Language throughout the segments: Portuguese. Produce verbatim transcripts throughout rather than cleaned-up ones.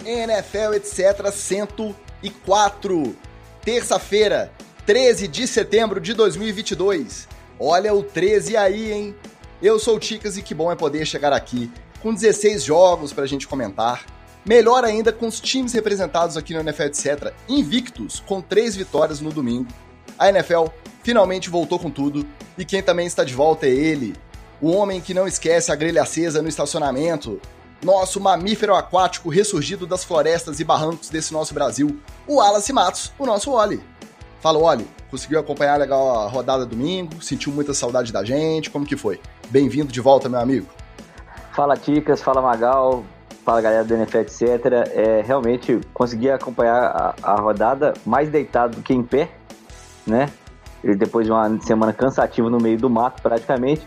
N F L, etcétera, cento e quatro. Terça-feira, treze de setembro de dois mil e vinte e dois. Olha o treze aí, hein? Eu sou o Ticas e que bom é poder chegar aqui com dezesseis jogos pra gente comentar. Melhor ainda com os times representados aqui no N F L, etcétera, invictos, com três vitórias no domingo. A N F L finalmente voltou com tudo e quem também está de volta é ele, o homem que não esquece a grelha acesa no estacionamento, nosso mamífero aquático ressurgido das florestas e barrancos desse nosso Brasil, o Wallace Matos, o nosso Oli. Fala, Oli, conseguiu acompanhar legal a rodada domingo? Sentiu muita saudade da gente? Como que foi? Bem-vindo de volta, meu amigo. Fala, Ticas, fala, Magal, fala, galera do N F L, etcétera. É, realmente, consegui acompanhar a, a rodada mais deitado do que em pé, né? Depois de uma semana cansativa no meio do mato, praticamente.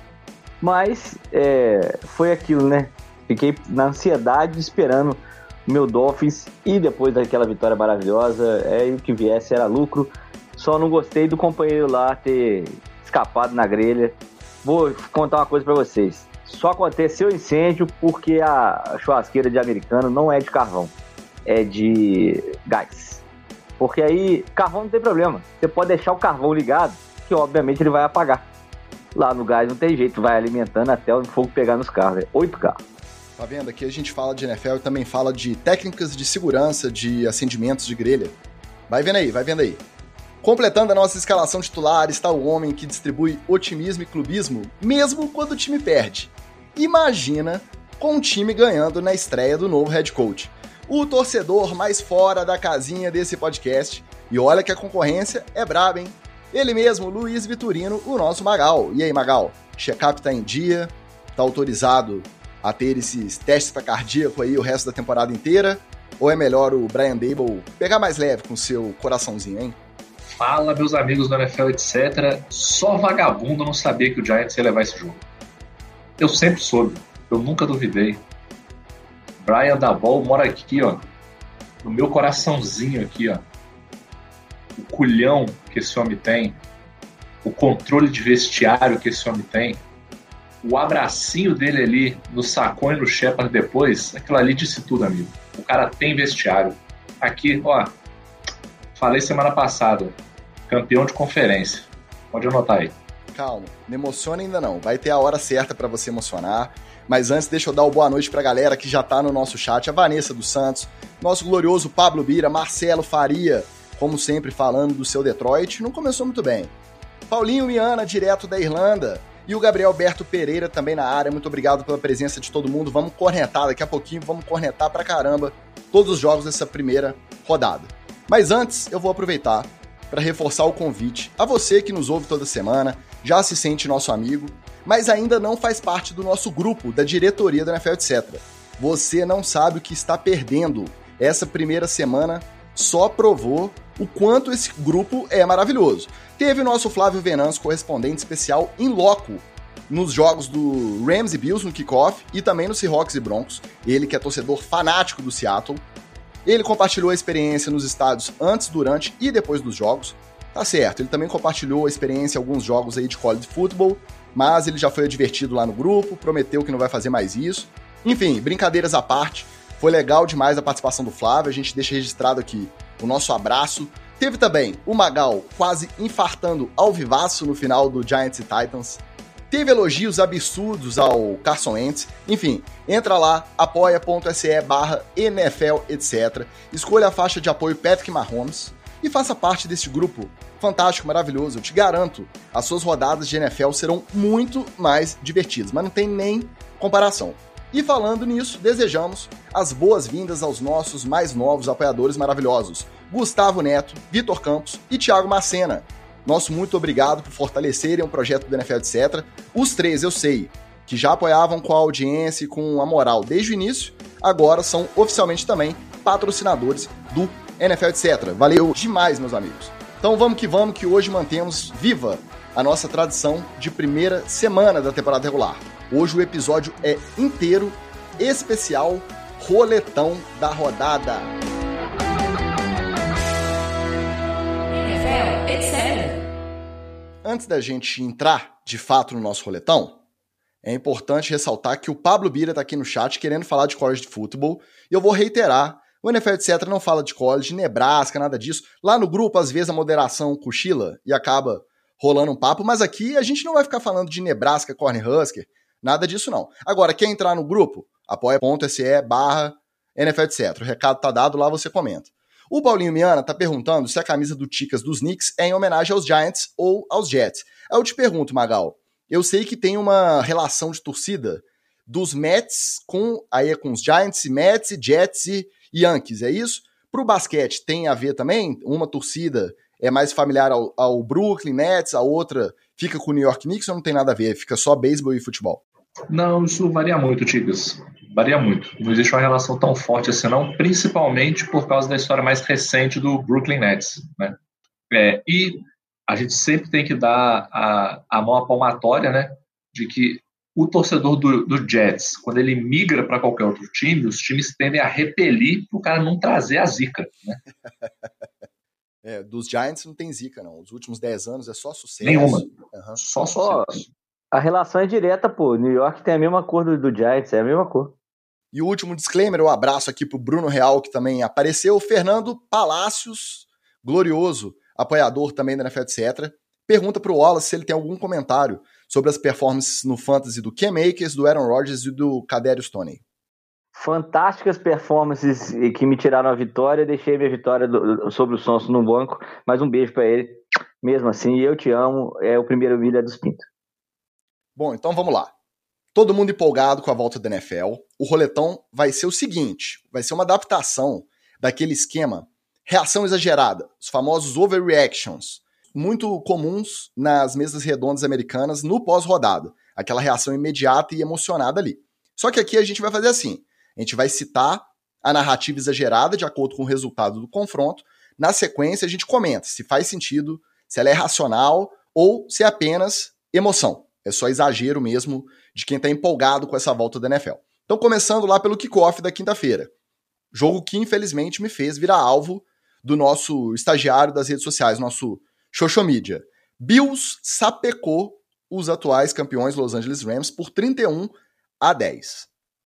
Mas é, foi aquilo, né? Fiquei na ansiedade esperando o meu Dolphins e depois daquela vitória maravilhosa, é, o que viesse era lucro. Só não gostei do companheiro lá ter escapado na grelha. Vou contar uma coisa pra vocês. Só aconteceu incêndio porque a churrasqueira de americano não é de carvão, é de gás. Porque aí, carvão não tem problema. Você pode deixar o carvão ligado, que obviamente ele vai apagar. Lá no gás não tem jeito, vai alimentando até o fogo pegar nos carros. É oito carros. Tá vendo? Aqui a gente fala de N F L e também fala de técnicas de segurança, de acendimentos de grelha. Vai vendo aí, vai vendo aí. Completando a nossa escalação titular está o homem que distribui otimismo e clubismo, mesmo quando o time perde. Imagina com o time ganhando na estreia do novo head coach. O torcedor mais fora da casinha desse podcast. E olha que a concorrência é braba, hein? Ele mesmo, Luiz Vitorino, o nosso Magal. E aí, Magal? Check-up tá em dia? Tá autorizado a ter esses testes para cardíaco aí o resto da temporada inteira? Ou é melhor o Brian Daboll pegar mais leve com o seu coraçãozinho, hein? Fala, meus amigos do N F L, etcétera. Só vagabundo não sabia que o Giants ia levar esse jogo. Eu sempre soube, eu nunca duvidei. Brian Daboll mora aqui, ó, no meu coraçãozinho aqui, ó. O culhão que esse homem tem, o controle de vestiário que esse homem tem, o abracinho dele ali no Sacon e no Shepard depois, aquilo ali disse tudo, amigo. O cara tem vestiário. Aqui, ó, falei semana passada, campeão de conferência. Pode anotar aí. Calma, não emociona ainda não. Vai ter a hora certa pra você emocionar. Mas antes, deixa eu dar uma boa noite pra galera que já tá no nosso chat. A Vanessa dos Santos, nosso glorioso Pablo Bira, Marcelo Faria, como sempre falando do seu Detroit. Não começou muito bem. Paulinho Miana, direto da Irlanda. E o Gabriel Berto Pereira também na área. Muito obrigado pela presença de todo mundo. Vamos cornetar daqui a pouquinho, vamos cornetar pra caramba todos os jogos dessa primeira rodada. Mas antes, eu vou aproveitar para reforçar o convite a você que nos ouve toda semana, já se sente nosso amigo, mas ainda não faz parte do nosso grupo, da diretoria do N F L, etcétera. Você não sabe o que está perdendo. Essa primeira semana só provou o quanto esse grupo é maravilhoso. Teve o nosso Flávio Venâncio, correspondente especial em loco, nos jogos do Rams e Bills no kickoff e também no Seahawks e Broncos. Ele que é torcedor fanático do Seattle. Ele compartilhou a experiência nos estádios antes, durante e depois dos jogos. Tá certo, ele também compartilhou a experiência em alguns jogos aí de college football, mas ele já foi advertido lá no grupo, prometeu que não vai fazer mais isso. Enfim, brincadeiras à parte, foi legal demais a participação do Flávio, a gente deixa registrado aqui o nosso abraço. Teve também o Magal quase infartando ao vivaço no final do Giants e Titans. Teve elogios absurdos ao Carson Wentz. Enfim, entra lá, apoia.se barra NFL, etcétera. Escolha a faixa de apoio Patrick Mahomes e faça parte desse grupo fantástico, maravilhoso. Eu te garanto, as suas rodadas de N F L serão muito mais divertidas, mas não tem nem comparação. E falando nisso, desejamos as boas-vindas aos nossos mais novos apoiadores maravilhosos, Gustavo Neto, Vitor Campos e Thiago Macena. Nosso muito obrigado por fortalecerem o projeto do N F L, etcétera. Os três, eu sei, que já apoiavam com a audiência e com a moral desde o início, agora são oficialmente também patrocinadores do N F L, etcétera. Valeu demais, meus amigos. Então vamos que vamos, que hoje mantemos viva a nossa tradição de primeira semana da temporada regular. Hoje o episódio é inteiro, especial, roletão da rodada. N F L, etcétera. Antes da gente entrar, de fato, no nosso roletão, é importante ressaltar que o Pablo Bira está aqui no chat querendo falar de college football, e eu vou reiterar O N F L, etcétera, não fala de college, Nebraska, nada disso. Lá no grupo, às vezes, a moderação cochila e acaba rolando um papo, mas aqui a gente não vai ficar falando de Nebraska, Cornhusker, nada disso não. Agora, quer entrar no grupo? apoia.se barra NFL, etcétera. O recado tá dado, lá você comenta. O Paulinho Miana tá perguntando se a camisa do Ticas dos Knicks é em homenagem aos Giants ou aos Jets. Aí eu te pergunto, Magal, eu sei que tem uma relação de torcida dos Mets com, aí é com os Giants, Mets, Jets e Yankees, é isso? Pro basquete tem a ver também? Uma torcida é mais familiar ao, ao Brooklyn Nets, a outra fica com o New York Knicks ou não tem nada a ver? Fica só beisebol e futebol? Não, isso varia muito, Ticas. Varia muito. Não existe uma relação tão forte assim, não, principalmente por causa da história mais recente do Brooklyn Nets, né? É, e a gente sempre tem que dar a, a mão à palmatória, né, de que o torcedor do, do Jets, quando ele migra para qualquer outro time, os times tendem a repelir para o cara não trazer a zica, né? É, dos Giants não tem zica, não. Os últimos dez anos é só sucesso. Nenhuma. Uhum. Só sucesso. Oh, a relação é direta, pô. New York tem a mesma cor do, do Giants, é a mesma cor. E o último disclaimer, um abraço aqui pro Bruno Real, que também apareceu. Fernando Palácios, glorioso, apoiador também da N F L, etcétera. Pergunta pro Wallace se ele tem algum comentário sobre as performances no Fantasy do Cam Akers, do Aaron Rodgers e do Kadarius Toney. Fantásticas performances que me tiraram a vitória. Deixei minha vitória do, sobre o Sonso no banco, mas um beijo pra ele. Mesmo assim, eu te amo. É o primeiro Willian dos Pintos. Bom, então vamos lá. Todo mundo empolgado com a volta da N F L. O roletão vai ser o seguinte, vai ser uma adaptação daquele esquema reação exagerada, os famosos overreactions, muito comuns nas mesas redondas americanas no pós-rodada, aquela reação imediata e emocionada ali. Só que aqui a gente vai fazer assim, a gente vai citar a narrativa exagerada de acordo com o resultado do confronto, na sequência a gente comenta se faz sentido, se ela é racional ou se é apenas emoção. É só exagero mesmo de quem está empolgado com essa volta da N F L. Então, começando lá pelo kickoff da quinta-feira. Jogo que, infelizmente, me fez virar alvo do nosso estagiário das redes sociais, nosso social media. Bills sapecou os atuais campeões Los Angeles Rams por trinta e um a dez.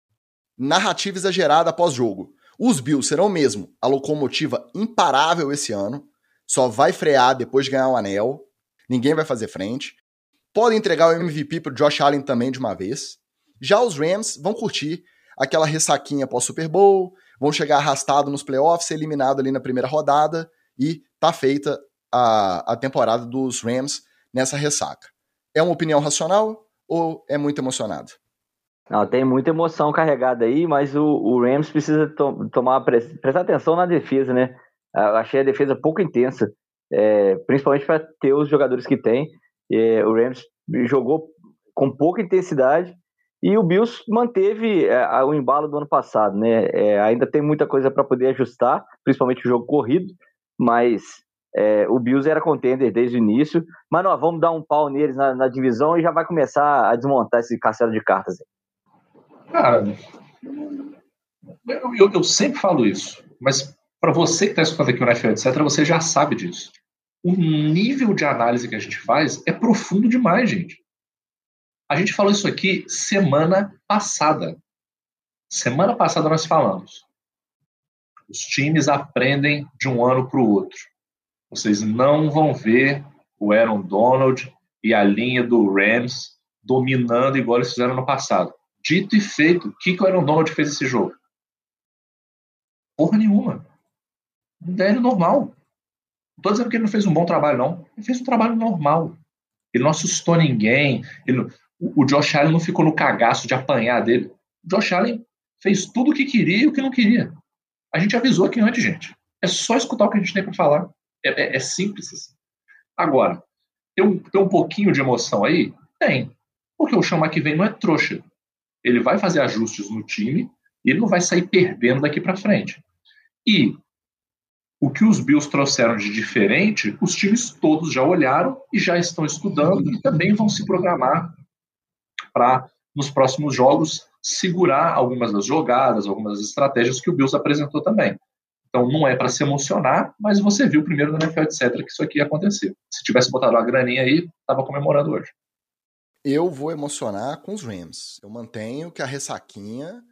Narrativa exagerada após jogo. Os Bills serão mesmo a locomotiva imparável esse ano, só vai frear depois de ganhar o anel, ninguém vai fazer frente. Podem entregar o M V P pro Josh Allen também de uma vez. Já os Rams vão curtir aquela ressaquinha pós-Super Bowl, vão chegar arrastado nos playoffs, ser eliminado ali na primeira rodada e tá feita a, a temporada dos Rams nessa ressaca. É uma opinião racional ou é muito emocionado? Não, tem muita emoção carregada aí, mas o, o Rams precisa to- tomar, prestar atenção na defesa, né? Eu achei a defesa pouco intensa, é, principalmente para ter os jogadores que tem. É, o Rams jogou com pouca intensidade e o Bills manteve é, o embalo do ano passado, né? É, ainda tem muita coisa para poder ajustar, principalmente o jogo corrido, mas é, o Bills era contender desde o início. Mas nós vamos dar um pau neles na, na divisão e já vai começar a desmontar esse castelo de cartas aí. Cara, eu, eu, eu sempre falo isso, mas para você que está escutando aqui o N F L, etcétera, você já sabe disso. O nível de análise que a gente faz é profundo demais, gente. A gente falou isso aqui semana passada. Semana passada nós falamos. Os times aprendem de um ano para o outro. Vocês não vão ver o Aaron Donald e a linha do Rams dominando igual eles fizeram no passado. Dito e feito, o que, que o Aaron Donald fez esse jogo? Porra nenhuma. Um D L normal. Não estou dizendo que ele não fez um bom trabalho, não. Ele fez um trabalho normal. Ele não assustou ninguém. Ele não... O Josh Allen não ficou no cagaço de apanhar dele. O Josh Allen fez tudo o que queria e o que não queria. A gente avisou aqui antes, gente. É só escutar o que a gente tem para falar. É, é, é simples assim. Agora, tem um, tem um pouquinho de emoção aí? Tem. Porque o Sean McVay não é trouxa. Ele vai fazer ajustes no time e ele não vai sair perdendo daqui para frente. E o que os Bills trouxeram de diferente, os times todos já olharam e já estão estudando e também vão se programar para, nos próximos jogos, segurar algumas das jogadas, algumas das estratégias que o Bills apresentou também. Então, não é para se emocionar, mas você viu primeiro no N F L, etcétera, que isso aqui ia acontecer. Se tivesse botado uma graninha aí, estava comemorando hoje. Eu vou emocionar com os Rams. Eu mantenho que a ressaquinha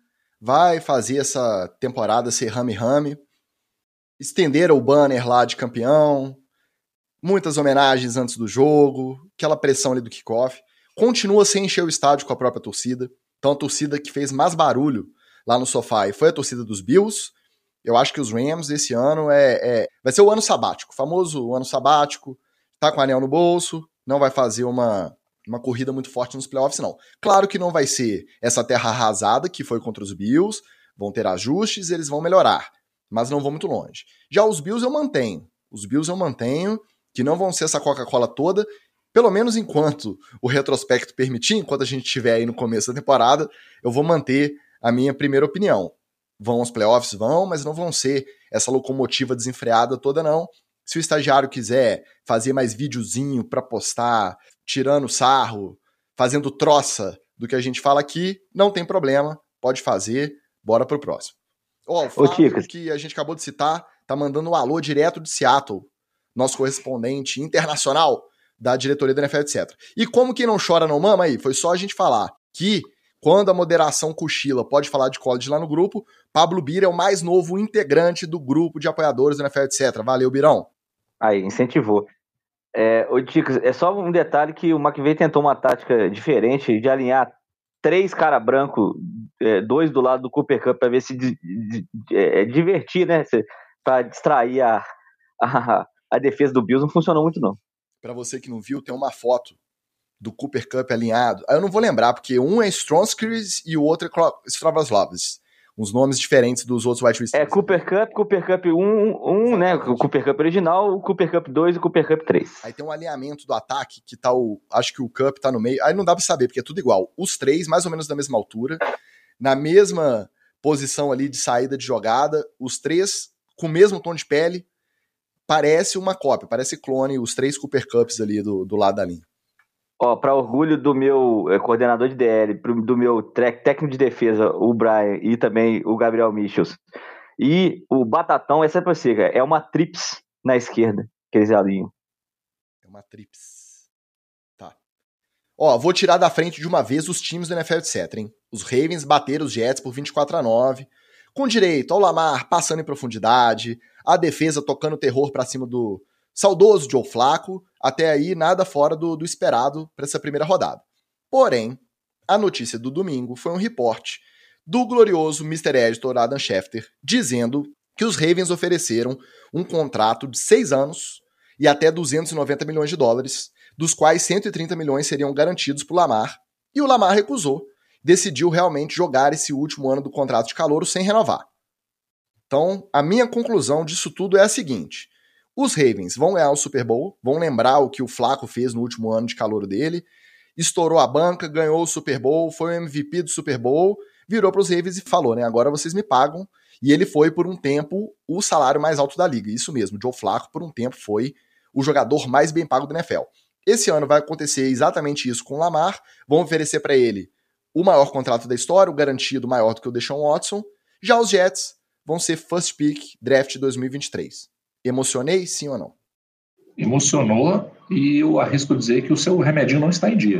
vai fazer essa temporada ser rame-rame. Estenderam o banner lá de campeão, muitas homenagens antes do jogo, aquela pressão ali do kickoff. Continua sem encher o estádio com a própria torcida. Então a torcida que fez mais barulho lá no sofá foi a torcida dos Bills. Eu acho que os Rams esse ano é, é vai ser o ano sabático, o famoso ano sabático, tá com o anel no bolso, não vai fazer uma, uma corrida muito forte nos playoffs, não. Claro que não vai ser essa terra arrasada que foi contra os Bills, vão ter ajustes, eles vão melhorar, mas não vão muito longe. Já os Bills eu mantenho, os Bills eu mantenho, que não vão ser essa Coca-Cola toda, pelo menos enquanto o retrospecto permitir, enquanto a gente estiver aí no começo da temporada, eu vou manter a minha primeira opinião. Vão aos playoffs? Vão, mas não vão ser essa locomotiva desenfreada toda, não. Se o estagiário quiser fazer mais videozinho pra postar, tirando sarro, fazendo troça do que a gente fala aqui, não tem problema, pode fazer, bora pro próximo. Ó, oh, o Flávio, que a gente acabou de citar, tá mandando um alô direto de Seattle, nosso correspondente internacional da diretoria da N F L, etcétera. E como quem não chora não mama aí, foi só a gente falar que quando a moderação cochila pode falar de college lá no grupo, Pablo Bira é o mais novo integrante do grupo de apoiadores da N F L, etcétera. Valeu, Birão. Aí, incentivou. É, ô, Ticas, é só um detalhe que o McVay tentou uma tática diferente de alinhar três cara branco, é, dois do lado do Cooper Kupp para ver se di, di, é, divertir, né? Para distrair a, a, a defesa do Bills, não funcionou muito, não. Para você que não viu, tem uma foto do Cooper Kupp alinhado. Aí eu não vou lembrar, porque um é Stronskrys e o outro é Stravoslavs. Uns nomes diferentes dos outros wide receivers. É Cooper Kupp, Cooper Kupp um, um né? O Cooper Kupp original, o Cooper Kupp dois e o Cooper Kupp três. Aí tem um alinhamento do ataque que tá o... Acho que o Kupp tá no meio. Aí não dá pra saber, porque é tudo igual. Os três, mais ou menos da mesma altura, na mesma posição ali de saída de jogada, os três com o mesmo tom de pele. Parece uma cópia, parece clone, os três Cooper Kupps ali do, do lado da linha. Ó, para orgulho do meu é, coordenador de D L, do meu técnico de defesa, o Brian, e também o Gabriel Michels, e o Batatão, essa é pra você, cara, é uma trips na esquerda, que eles alinham. É uma trips. Tá. Ó, vou tirar da frente de uma vez os times do N F L, etcétera, hein? Os Ravens bateram os Jets por vinte e quatro a nove, com direito ao Lamar passando em profundidade, a defesa tocando terror pra cima do saudoso Joe Flacco, até aí nada fora do, do esperado para essa primeira rodada. Porém, a notícia do domingo foi um reporte do glorioso mister Editor Adam Schefter, dizendo que os Ravens ofereceram um contrato de seis anos e até duzentos e noventa milhões de dólares, dos quais cento e trinta milhões seriam garantidos para o Lamar, e o Lamar recusou, decidiu realmente jogar esse último ano do contrato de calouro sem renovar. Então, a minha conclusão disso tudo é a seguinte: os Ravens vão ganhar o Super Bowl, vão lembrar o que o Flacco fez no último ano de calouro dele, estourou a banca, ganhou o Super Bowl, foi o M V P do Super Bowl, virou para os Ravens e falou, né, agora vocês me pagam, e ele foi por um tempo o salário mais alto da liga, isso mesmo, o Joe Flacco por um tempo foi o jogador mais bem pago do N F L. Esse ano vai acontecer exatamente isso com o Lamar, vão oferecer para ele o maior contrato da história, o garantido maior do que o Deshaun Watson, já os Jets vão ser first pick draft dois mil e vinte e três. Emocionei, sim ou não? Emocionou, e eu arrisco dizer que o seu remedinho não está em dia.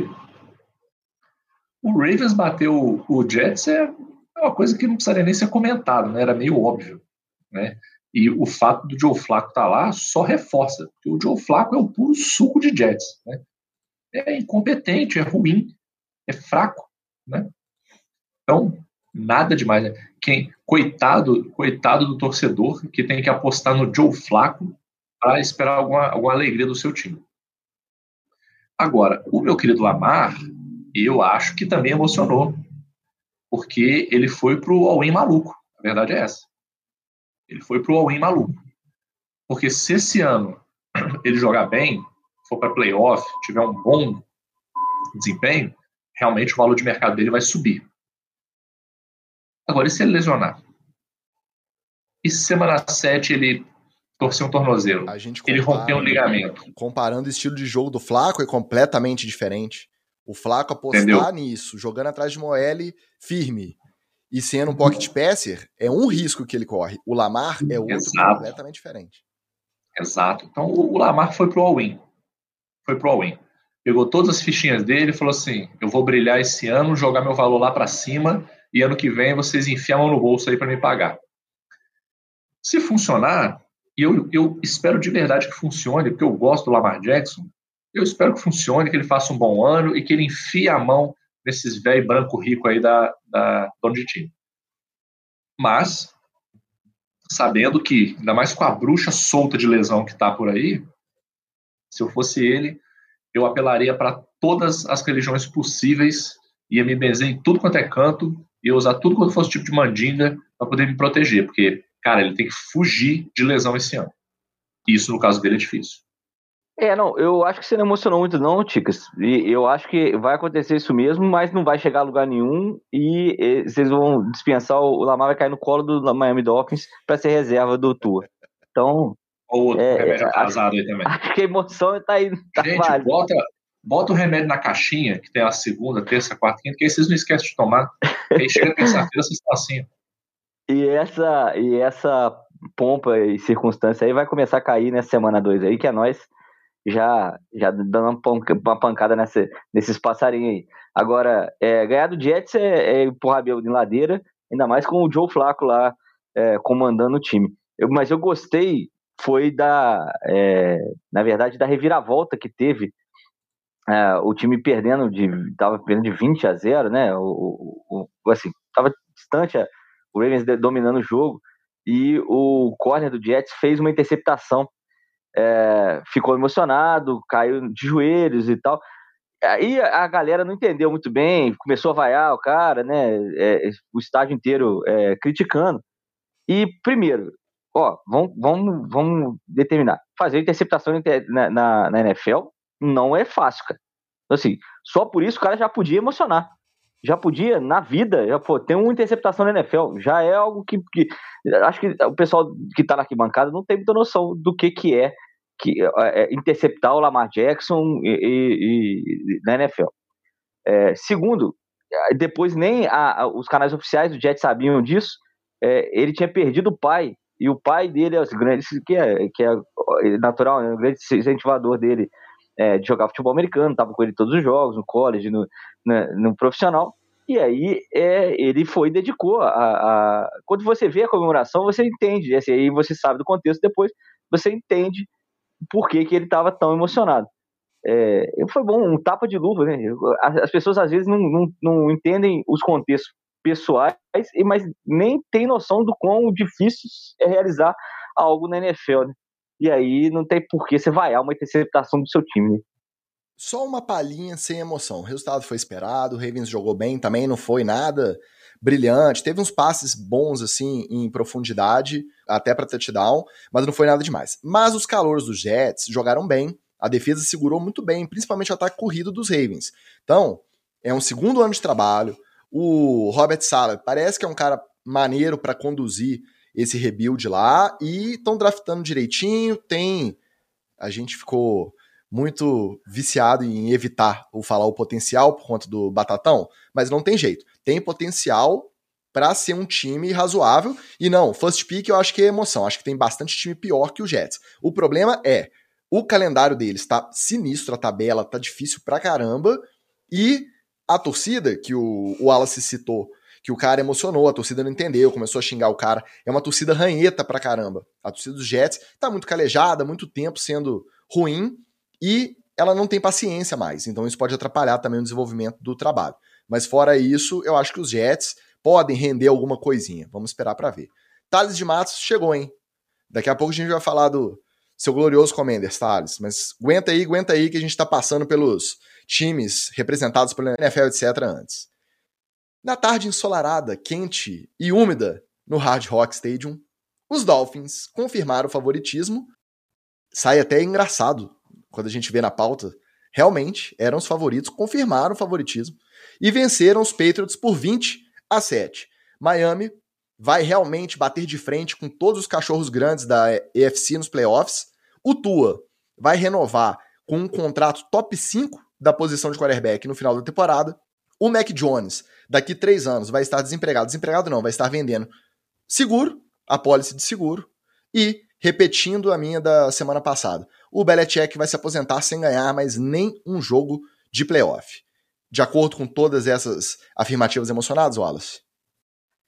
O Ravens bateu o Jets é uma coisa que não precisaria nem ser comentado, né? Era meio óbvio, né? E o fato do Joe Flacco estar lá só reforça, porque o Joe Flacco é o puro suco de Jets, né? É incompetente, é ruim, é fraco, né? Então, nada demais, né? Quem, coitado, coitado do torcedor que tem que apostar no Joe Flacco para esperar alguma, alguma alegria do seu time. Agora, o meu querido Lamar, eu acho que também emocionou, porque ele foi pro all-in maluco. A verdade é essa. Ele foi pro all-in maluco. Porque se esse ano ele jogar bem, for para playoff, tiver um bom desempenho, realmente o valor de mercado dele vai subir. Agora, e se ele lesionar? E se semana sete ele torcer um tornozelo? A gente ele rompeu um ligamento? Comparando o estilo de jogo do Flacco, é completamente diferente. O Flacco apostar Entendeu? nisso, jogando atrás de uma O L firme e sendo um pocket passer, é um risco que ele corre. O Lamar é outro Exato. completamente diferente. Exato. Então o Lamar foi pro all-in. Foi pro all-in. Pegou todas as fichinhas dele e falou assim, eu vou brilhar esse ano, jogar meu valor lá para cima e ano que vem vocês enfiam a mão no bolso aí para me pagar. Se funcionar, e eu, eu espero de verdade que funcione, porque eu gosto do Lamar Jackson, eu espero que funcione, que ele faça um bom ano e que ele enfie a mão nesses velho branco rico aí da, da dono de time. Mas, sabendo que, ainda mais com a bruxa solta de lesão que tá por aí, se eu fosse ele, eu apelaria para todas as religiões possíveis, ia me benzer em tudo quanto é canto, ia usar tudo quanto fosse tipo de mandinga para poder me proteger, porque, cara, ele tem que fugir de lesão esse ano. E isso, no caso dele, é difícil. É, não, eu acho que você não emocionou muito não, Ticas, e eu acho que vai acontecer isso mesmo, mas não vai chegar a lugar nenhum, e, e vocês vão dispensar, o Lamar vai cair no colo do Miami Dolphins para ser reserva do Tua. Então, Ou outro é, remédio acho, atrasado aí também. acho que a emoção tá aí, tá Gente, válida. bota, bota o remédio na caixinha, que tem a segunda, terça, quarta, quinta, que aí vocês não esquecem de tomar, que aí chega terça-feira, vocês estão assim. E essa, e essa pompa e circunstância aí vai começar a cair nessa semana dois aí, que é nós já, já dando uma pancada nessa, nesses passarinhos aí. Agora, é, ganhar do Jets é, é empurrar Bill em ladeira, ainda mais com o Joe Flacco lá é, comandando o time. Eu, mas eu gostei, foi da, é, na verdade, da reviravolta que teve, é, o time perdendo de, tava perdendo de vinte a zero, né, o, o, o, assim, tava distante, o Ravens dominando o jogo, e o corner do Jets fez uma interceptação. É, ficou emocionado, caiu de joelhos e tal. Aí a galera não entendeu muito bem, começou a vaiar o cara, né? É, o estádio inteiro é, criticando. E, primeiro, ó, vamos, vamos, vamos determinar. Fazer interceptação na, na, na N F L não é fácil, cara. Então, assim, só por isso o cara já podia emocionar. Já podia, na vida, já, pô, tem uma interceptação na N F L, já é algo que, que acho que o pessoal que tá na arquibancada não tem muita noção do que que é que é, interceptar o Lamar Jackson e, e, e, na N F L. É, segundo, depois nem a, a, os canais oficiais do Jets sabiam disso, é, ele tinha perdido o pai, e o pai dele é os grandes, que é, que é natural, né, o grande incentivador dele é, de jogar futebol americano, estava com ele todos os jogos, no college, no, no, no profissional, e aí é, ele foi e dedicou a, a... Quando você vê a comemoração, você entende, assim, aí você sabe do contexto, depois você entende por que, que ele estava tão emocionado. É, foi bom, um tapa de luva, né? As pessoas às vezes não, não, não entendem os contextos pessoais, mas nem tem noção do quão difícil é realizar algo na N F L, né? E aí não tem por que você vaiar uma interceptação do seu time, né? Só uma palhinha sem emoção. O resultado foi esperado, o Ravens jogou bem também, não foi nada brilhante. Teve uns passes bons, assim, em profundidade, até para touchdown, mas não foi nada demais. Mas os calouros dos Jets jogaram bem, a defesa segurou muito bem, principalmente o ataque corrido dos Ravens. Então, é um segundo ano de trabalho. O Robert Saleh parece que é um cara maneiro para conduzir esse rebuild lá, e estão draftando direitinho. Tem... A gente ficou muito viciado em evitar ou falar o potencial por conta do Batatão, mas não tem jeito. Tem potencial para ser um time razoável, e não, first pick eu acho que é emoção, acho que tem bastante time pior que o Jets. O problema é, o calendário deles tá sinistro, a tabela tá difícil pra caramba, e a torcida, que o, o Wallace citou, que o cara emocionou, a torcida não entendeu, começou a xingar o cara, é uma torcida ranheta pra caramba. A torcida dos Jets tá muito calejada, muito tempo sendo ruim, e ela não tem paciência mais, então isso pode atrapalhar também o desenvolvimento do trabalho. Mas fora isso, eu acho que os Jets podem render alguma coisinha, vamos esperar pra ver. Thales de Matos chegou, hein? Daqui a pouco a gente vai falar do seu glorioso Commanders, Thales, mas aguenta aí, aguenta aí que a gente tá passando pelos times representados pela N F L, etcétera antes. Na tarde ensolarada, quente e úmida no Hard Rock Stadium, os Dolphins confirmaram o favoritismo. Sai até engraçado quando a gente vê na pauta. Realmente eram os favoritos, confirmaram o favoritismo e venceram os Patriots por vinte a sete. Miami vai realmente bater de frente com todos os cachorros grandes da A F C nos playoffs. O Tua vai renovar com um contrato top cinco da posição de quarterback no final da temporada. O Mac Jones, daqui três anos, vai estar desempregado. Desempregado não, vai estar vendendo seguro, a pólice de seguro. E, repetindo a minha da semana passada, o Belichick vai se aposentar sem ganhar mais nem um jogo de playoff. De acordo com todas essas afirmativas emocionadas, Wallace?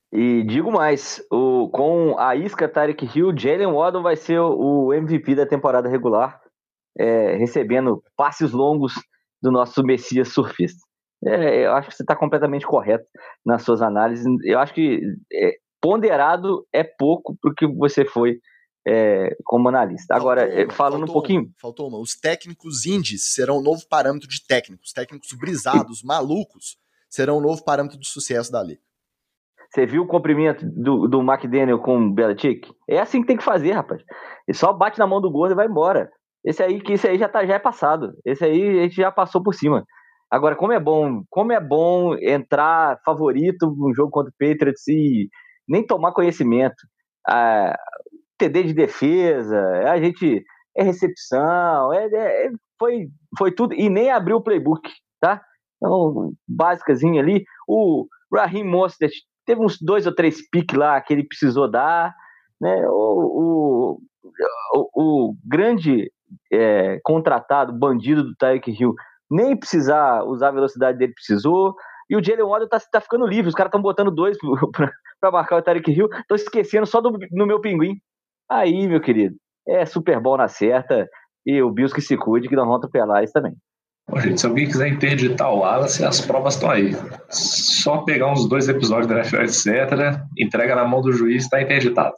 E digo mais, o, com a isca Tyreek Hill, Jalen Waddle vai ser o M V P da temporada regular, é, recebendo passes longos do nosso Messias surfista. É, eu acho que você está completamente correto nas suas análises. Eu acho que é, ponderado é pouco para o que você foi é, como analista. Agora, Faltou uma, falando faltou um pouquinho... Uma, faltou uma. Os técnicos indies serão um novo parâmetro de técnicos. Técnicos brisados, malucos, serão um novo parâmetro de sucesso da liga. Você viu o comprimento do, do McDaniel com o Belichick? É assim que tem que fazer, rapaz. Ele só bate na mão do gordo e vai embora. Esse aí, que esse aí já, tá, já é passado. Esse aí a gente já passou por cima. Agora, como é bom, como é bom entrar favorito no jogo contra o Patriots e nem tomar conhecimento. Ah, T D de defesa, a gente é recepção, é, é, foi, foi tudo, e nem abriu o playbook, tá? Então, básicazinho ali. O Raheem Mostert teve uns dois ou três piques lá que ele precisou dar, né? O, o, o, o grande é, contratado, bandido do Tyreek Hill, nem precisar usar a velocidade dele precisou, e o Jalen Waddle tá, tá ficando livre, os caras estão botando dois para marcar o Tyreek Hill, tô esquecendo só do, no meu pinguim. Aí, meu querido, é Super Bowl na certa, e o Bills que se cuide, que não vão atropelar isso também. Bom, gente, se alguém quiser interditar o Wallace, as provas estão aí. Só pegar uns dois episódios da N F L, etcétera, entrega na mão do juiz, está interditado.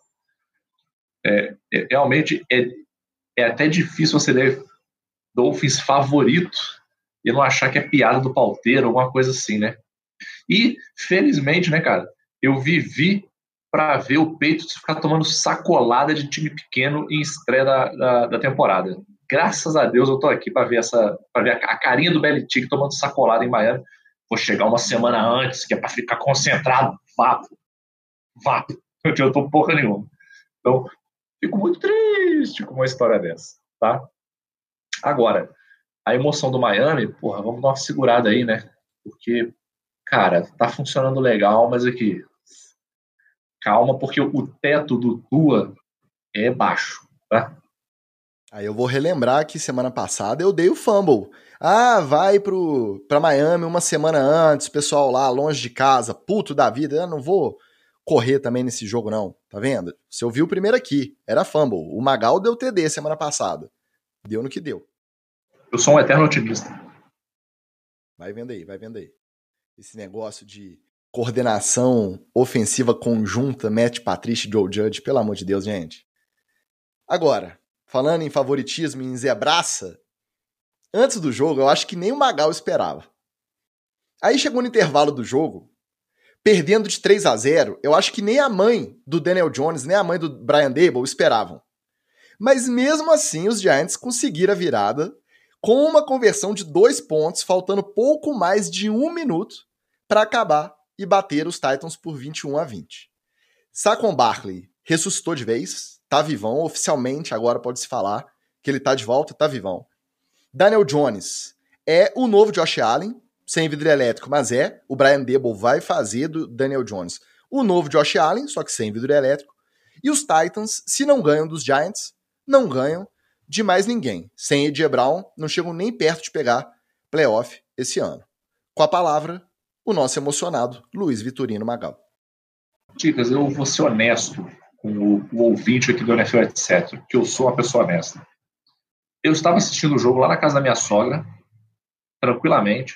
É, é, realmente é, é até difícil você ler Dolphins favorito e não achar que é piada do pauteiro, alguma coisa assim, né? E, felizmente, né, cara, eu vivi para ver o Patriots ficar tomando sacolada de time pequeno em estreia da, da, da temporada. Graças a Deus eu tô aqui para ver essa, para ver a, a carinha do Belichick tomando sacolada em Miami. Vou chegar uma semana antes, que é para ficar concentrado. Vapo. Vapo. Não adiantou porra nenhuma. Então, fico muito triste com uma história dessa, tá? Agora, a emoção do Miami, porra, vamos dar uma segurada aí, né? Porque, cara, tá funcionando legal, mas aqui, calma, porque o teto do Tua é baixo, tá? Aí eu vou relembrar que semana passada eu dei o fumble. Ah, vai pro, pra Miami uma semana antes, pessoal lá longe de casa, puto da vida, eu não vou correr também nesse jogo não, tá vendo? Você ouviu o primeiro aqui, era fumble. O Magal deu T D semana passada. Deu no que deu. Eu sou um eterno otimista. Vai vendo aí, vai vendo aí. Esse negócio de coordenação ofensiva conjunta, Matt Patricia e Joe Judge, pelo amor de Deus, gente. Agora, falando em favoritismo e em zebraça, antes do jogo, eu acho que nem o Magal esperava. Aí chegou no intervalo do jogo, perdendo de três a zero, eu acho que nem a mãe do Daniel Jones, nem a mãe do Brian Daboll esperavam. Mas mesmo assim, os Giants conseguiram a virada com uma conversão de dois pontos, faltando pouco mais de um minuto para acabar e bater os Titans por vinte e um a vinte. Saquon Barkley ressuscitou de vez, tá vivão, oficialmente agora pode-se falar que ele tá de volta, tá vivão. Daniel Jones é o novo Josh Allen, sem vidro elétrico, mas é, o Brian Daboll vai fazer do Daniel Jones o novo Josh Allen, só que sem vidro elétrico. E os Titans, se não ganham dos Giants, não ganham de mais ninguém. Sem A J Brown, não chegam nem perto de pegar playoff esse ano. Com a palavra, o nosso emocionado Luiz Vitorino Magal. Dicas, eu vou ser honesto com o, o ouvinte aqui do N F L, etcétera, que eu sou uma pessoa honesta. Eu estava assistindo o jogo lá na casa da minha sogra, tranquilamente.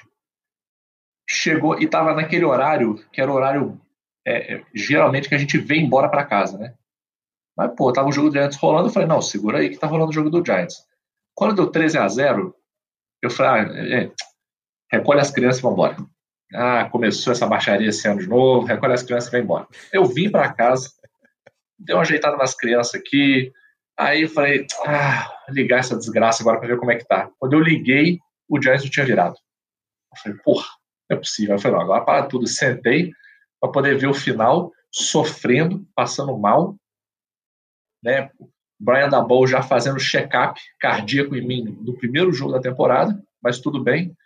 Chegou e estava naquele horário, que era o horário, é, geralmente, que a gente vem embora para casa, né? Mas, pô, tava o jogo do Giants rolando, eu falei, não, segura aí que tá rolando o jogo do Giants. Quando deu treze a zero, eu falei, ah, é, recolhe as crianças e vambora. Ah, começou essa baixaria esse ano de novo, recolhe as crianças e vai embora. Eu vim para casa, dei uma ajeitada nas crianças aqui, aí eu falei, ah, ligar essa desgraça agora para ver como é que tá. Quando eu liguei, o Giants não tinha virado. Eu falei, porra, não é possível. Eu falei, não, agora para tudo. Sentei para poder ver o final, sofrendo, passando mal, né? Brian Daboll já fazendo check-up cardíaco em mim no primeiro jogo da temporada, mas tudo bem.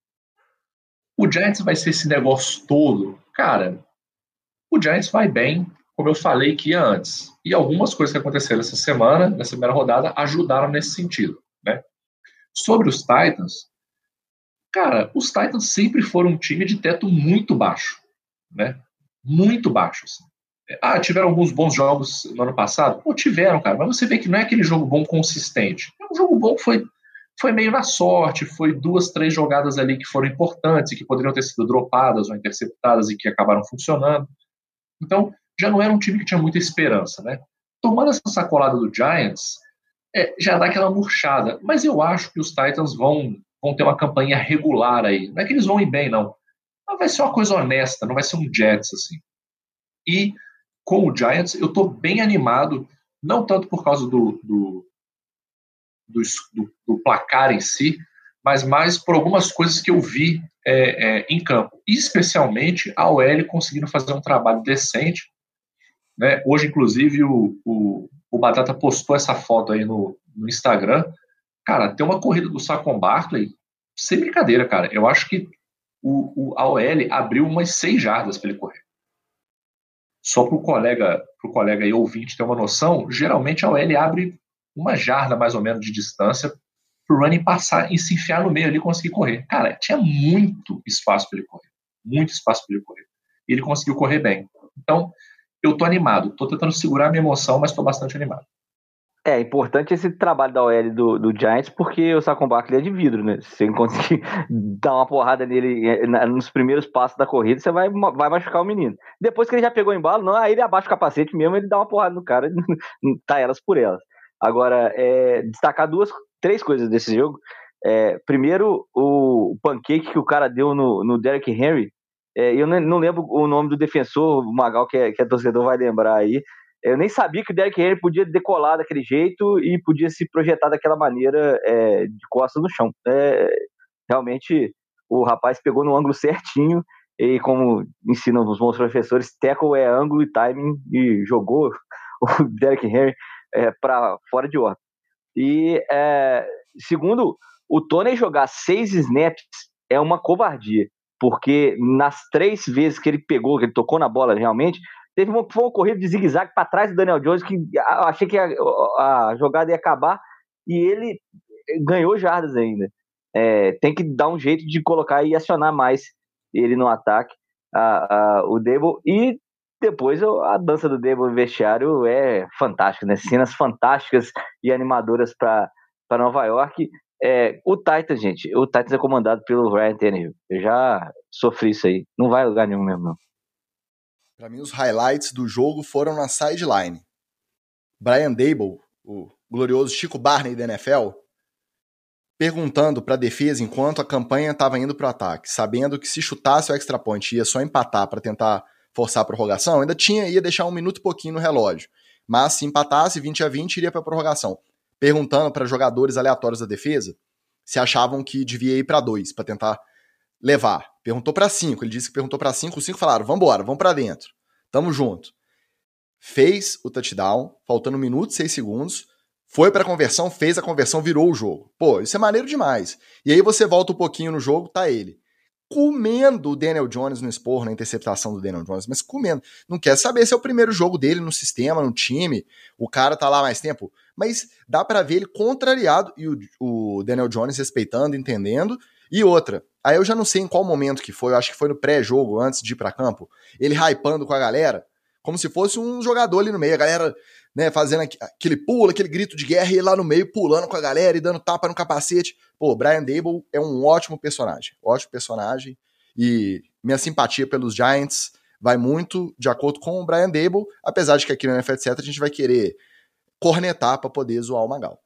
O Giants vai ser esse negócio todo. Cara, o Giants vai bem, como eu falei que ia antes. E algumas coisas que aconteceram essa semana, nessa primeira rodada, ajudaram nesse sentido, né? Sobre os Titans, cara, os Titans sempre foram um time de teto muito baixo, né? muito baixo. Assim. Ah, tiveram alguns bons jogos no ano passado? Pô, tiveram, cara, mas você vê que não é aquele jogo bom consistente. É um jogo bom que foi, foi meio na sorte, foi duas, três jogadas ali que foram importantes e que poderiam ter sido dropadas ou interceptadas e que acabaram funcionando. Então, já não era um time que tinha muita esperança, né? Tomando essa sacolada do Giants, é, já dá aquela murchada. Mas eu acho que os Titans vão, vão ter uma campanha regular aí. Não é que eles vão ir bem, não. Mas vai ser uma coisa honesta, não vai ser um Jets, assim. E com o Giants, eu tô bem animado, não tanto por causa do, do, do, do, do placar em si, mas mais por algumas coisas que eu vi é, é, em campo. Especialmente a O L conseguindo fazer um trabalho decente. Né? Hoje, inclusive, o, o, o Batata postou essa foto aí no, no Instagram. Cara, tem uma corrida do Saquon Barkley, sem brincadeira, cara. Eu acho que o, o, a O L abriu umas seis jardas para ele correr. Só para o colega, pro colega e ouvinte ter uma noção, geralmente a O L abre uma jarda mais ou menos de distância para o running passar e se enfiar no meio ali e conseguir correr. Cara, tinha muito espaço para ele correr. Muito espaço para ele correr. E ele conseguiu correr bem. Então, eu tô animado. Tô tentando segurar a minha emoção, mas tô bastante animado. É importante esse trabalho da O L do, do Giants, porque o Saquon Barkley é de vidro, né? Se você conseguir dar uma porrada nele nos primeiros passos da corrida, você vai, vai machucar o menino. Depois que ele já pegou o embalo, não, aí ele abaixa o capacete mesmo, ele dá uma porrada no cara, tá elas por elas. Agora, é, destacar duas, três coisas desse jogo. É, primeiro, o pancake que o cara deu no, no Derrick Henry. É, eu não, não lembro o nome do defensor, o Magal, que é, que é torcedor, vai lembrar aí. Eu nem sabia que o Derrick Henry podia decolar daquele jeito e podia se projetar daquela maneira, é, de costas no chão. É, realmente, o rapaz pegou no ângulo certinho e, como ensinam os bons professores, tackle é ângulo e timing, e jogou o Derrick Henry é, para fora de ordem. E, é, segundo, o Toney jogar seis snaps é uma covardia, porque nas três vezes que ele pegou, que ele tocou na bola realmente, teve uma, foi uma corrida de zigue-zague para trás do Daniel Jones, que eu achei que a, a jogada ia acabar, e ele ganhou jardas ainda. É, tem que dar um jeito de colocar e acionar mais ele no ataque, a, a, o Debo. E depois a dança do Debo no vestiário é fantástica, né? Cenas fantásticas e animadoras para Nova York. É, o Titans, gente, o Titans é comandado pelo Ryan Tannehill. Eu já sofri isso aí. Não vai a lugar nenhum mesmo, não. Para mim, os highlights do jogo foram na sideline. Brian Daboll, o glorioso Chico Barney da N F L, perguntando para a defesa enquanto a campanha estava indo para o ataque, sabendo que se chutasse o extra point ia só empatar para tentar forçar a prorrogação, ainda tinha, ia deixar um minuto e pouquinho no relógio. Mas se empatasse vinte a vinte, iria para a prorrogação. Perguntando para jogadores aleatórios da defesa se achavam que devia ir para dois, para tentar levar. Perguntou para cinco, ele disse que perguntou para cinco, os cinco falaram, vambora, vamos para dentro, tamo junto. Fez o touchdown, faltando um minuto e seis segundos, foi pra conversão, fez a conversão, virou o jogo. Pô, isso é maneiro demais. E aí você volta um pouquinho no jogo, tá ele comendo o Daniel Jones no esporro, na interceptação do Daniel Jones, mas comendo. Não quer saber se é o primeiro jogo dele no sistema, no time, o cara tá lá mais tempo, mas dá pra ver ele contrariado e o, o Daniel Jones respeitando, entendendo. E outra, aí eu já não sei em qual momento que foi, eu acho que foi no pré-jogo, antes de ir pra campo, ele hypando com a galera, como se fosse um jogador ali no meio, a galera, né, fazendo aquele pulo, aquele grito de guerra, e ele lá no meio pulando com a galera e dando tapa no capacete. Pô, Brian Daboll é um ótimo personagem, ótimo personagem, e minha simpatia pelos Giants vai muito de acordo com o Brian Daboll, apesar de que aqui no N F L, etcétera, a gente vai querer cornetar pra poder zoar o Magal.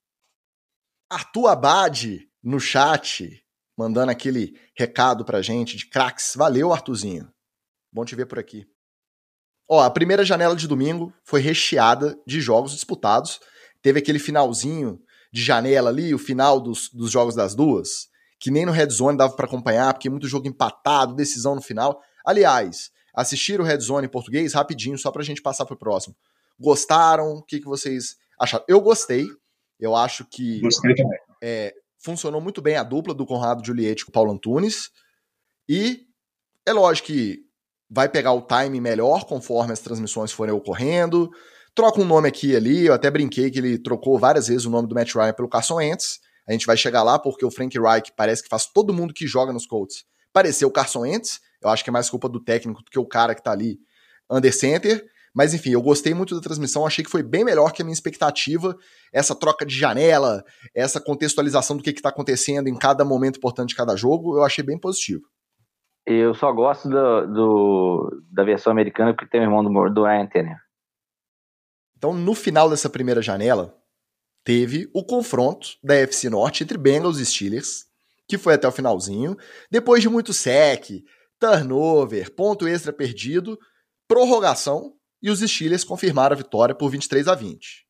Arthur Abad, no chat, mandando aquele recado pra gente de craques. Valeu, Arthurzinho. Bom te ver por aqui. Ó, a primeira janela de domingo foi recheada de jogos disputados. Teve aquele finalzinho de janela ali, o final dos, dos jogos das duas, que nem no Red Zone dava pra acompanhar, porque muito jogo empatado, decisão no final. Aliás, assistiram o Red Zone em português rapidinho, só pra gente passar pro próximo. Gostaram? O que, que vocês acharam? Eu gostei. Eu acho que... Gostei também. É, funcionou muito bem a dupla do Conrado Juliette com o Paulo Antunes. E é lógico que vai pegar o time melhor conforme as transmissões forem ocorrendo. Troca um nome aqui e ali. Eu até brinquei que ele trocou várias vezes o nome do Matt Ryan pelo Carson Wentz. A gente vai chegar lá porque o Frank Reich parece que faz todo mundo que joga nos Colts parecer o Carson Wentz. Eu acho que é mais culpa do técnico do que o cara que tá ali under center. Mas enfim, eu gostei muito da transmissão, achei que foi bem melhor que a minha expectativa. Essa troca de janela, essa contextualização do que está acontecendo em cada momento importante de cada jogo, eu achei bem positivo. Eu só gosto do, do, da versão americana porque tem o irmão do, do Ryan Tannehill. Então, no final dessa primeira janela, teve o confronto da A F C Norte entre Bengals e Steelers, que foi até o finalzinho, depois de muito sec, turnover, ponto extra perdido, prorrogação, e os Steelers confirmaram a vitória por vinte e três a vinte.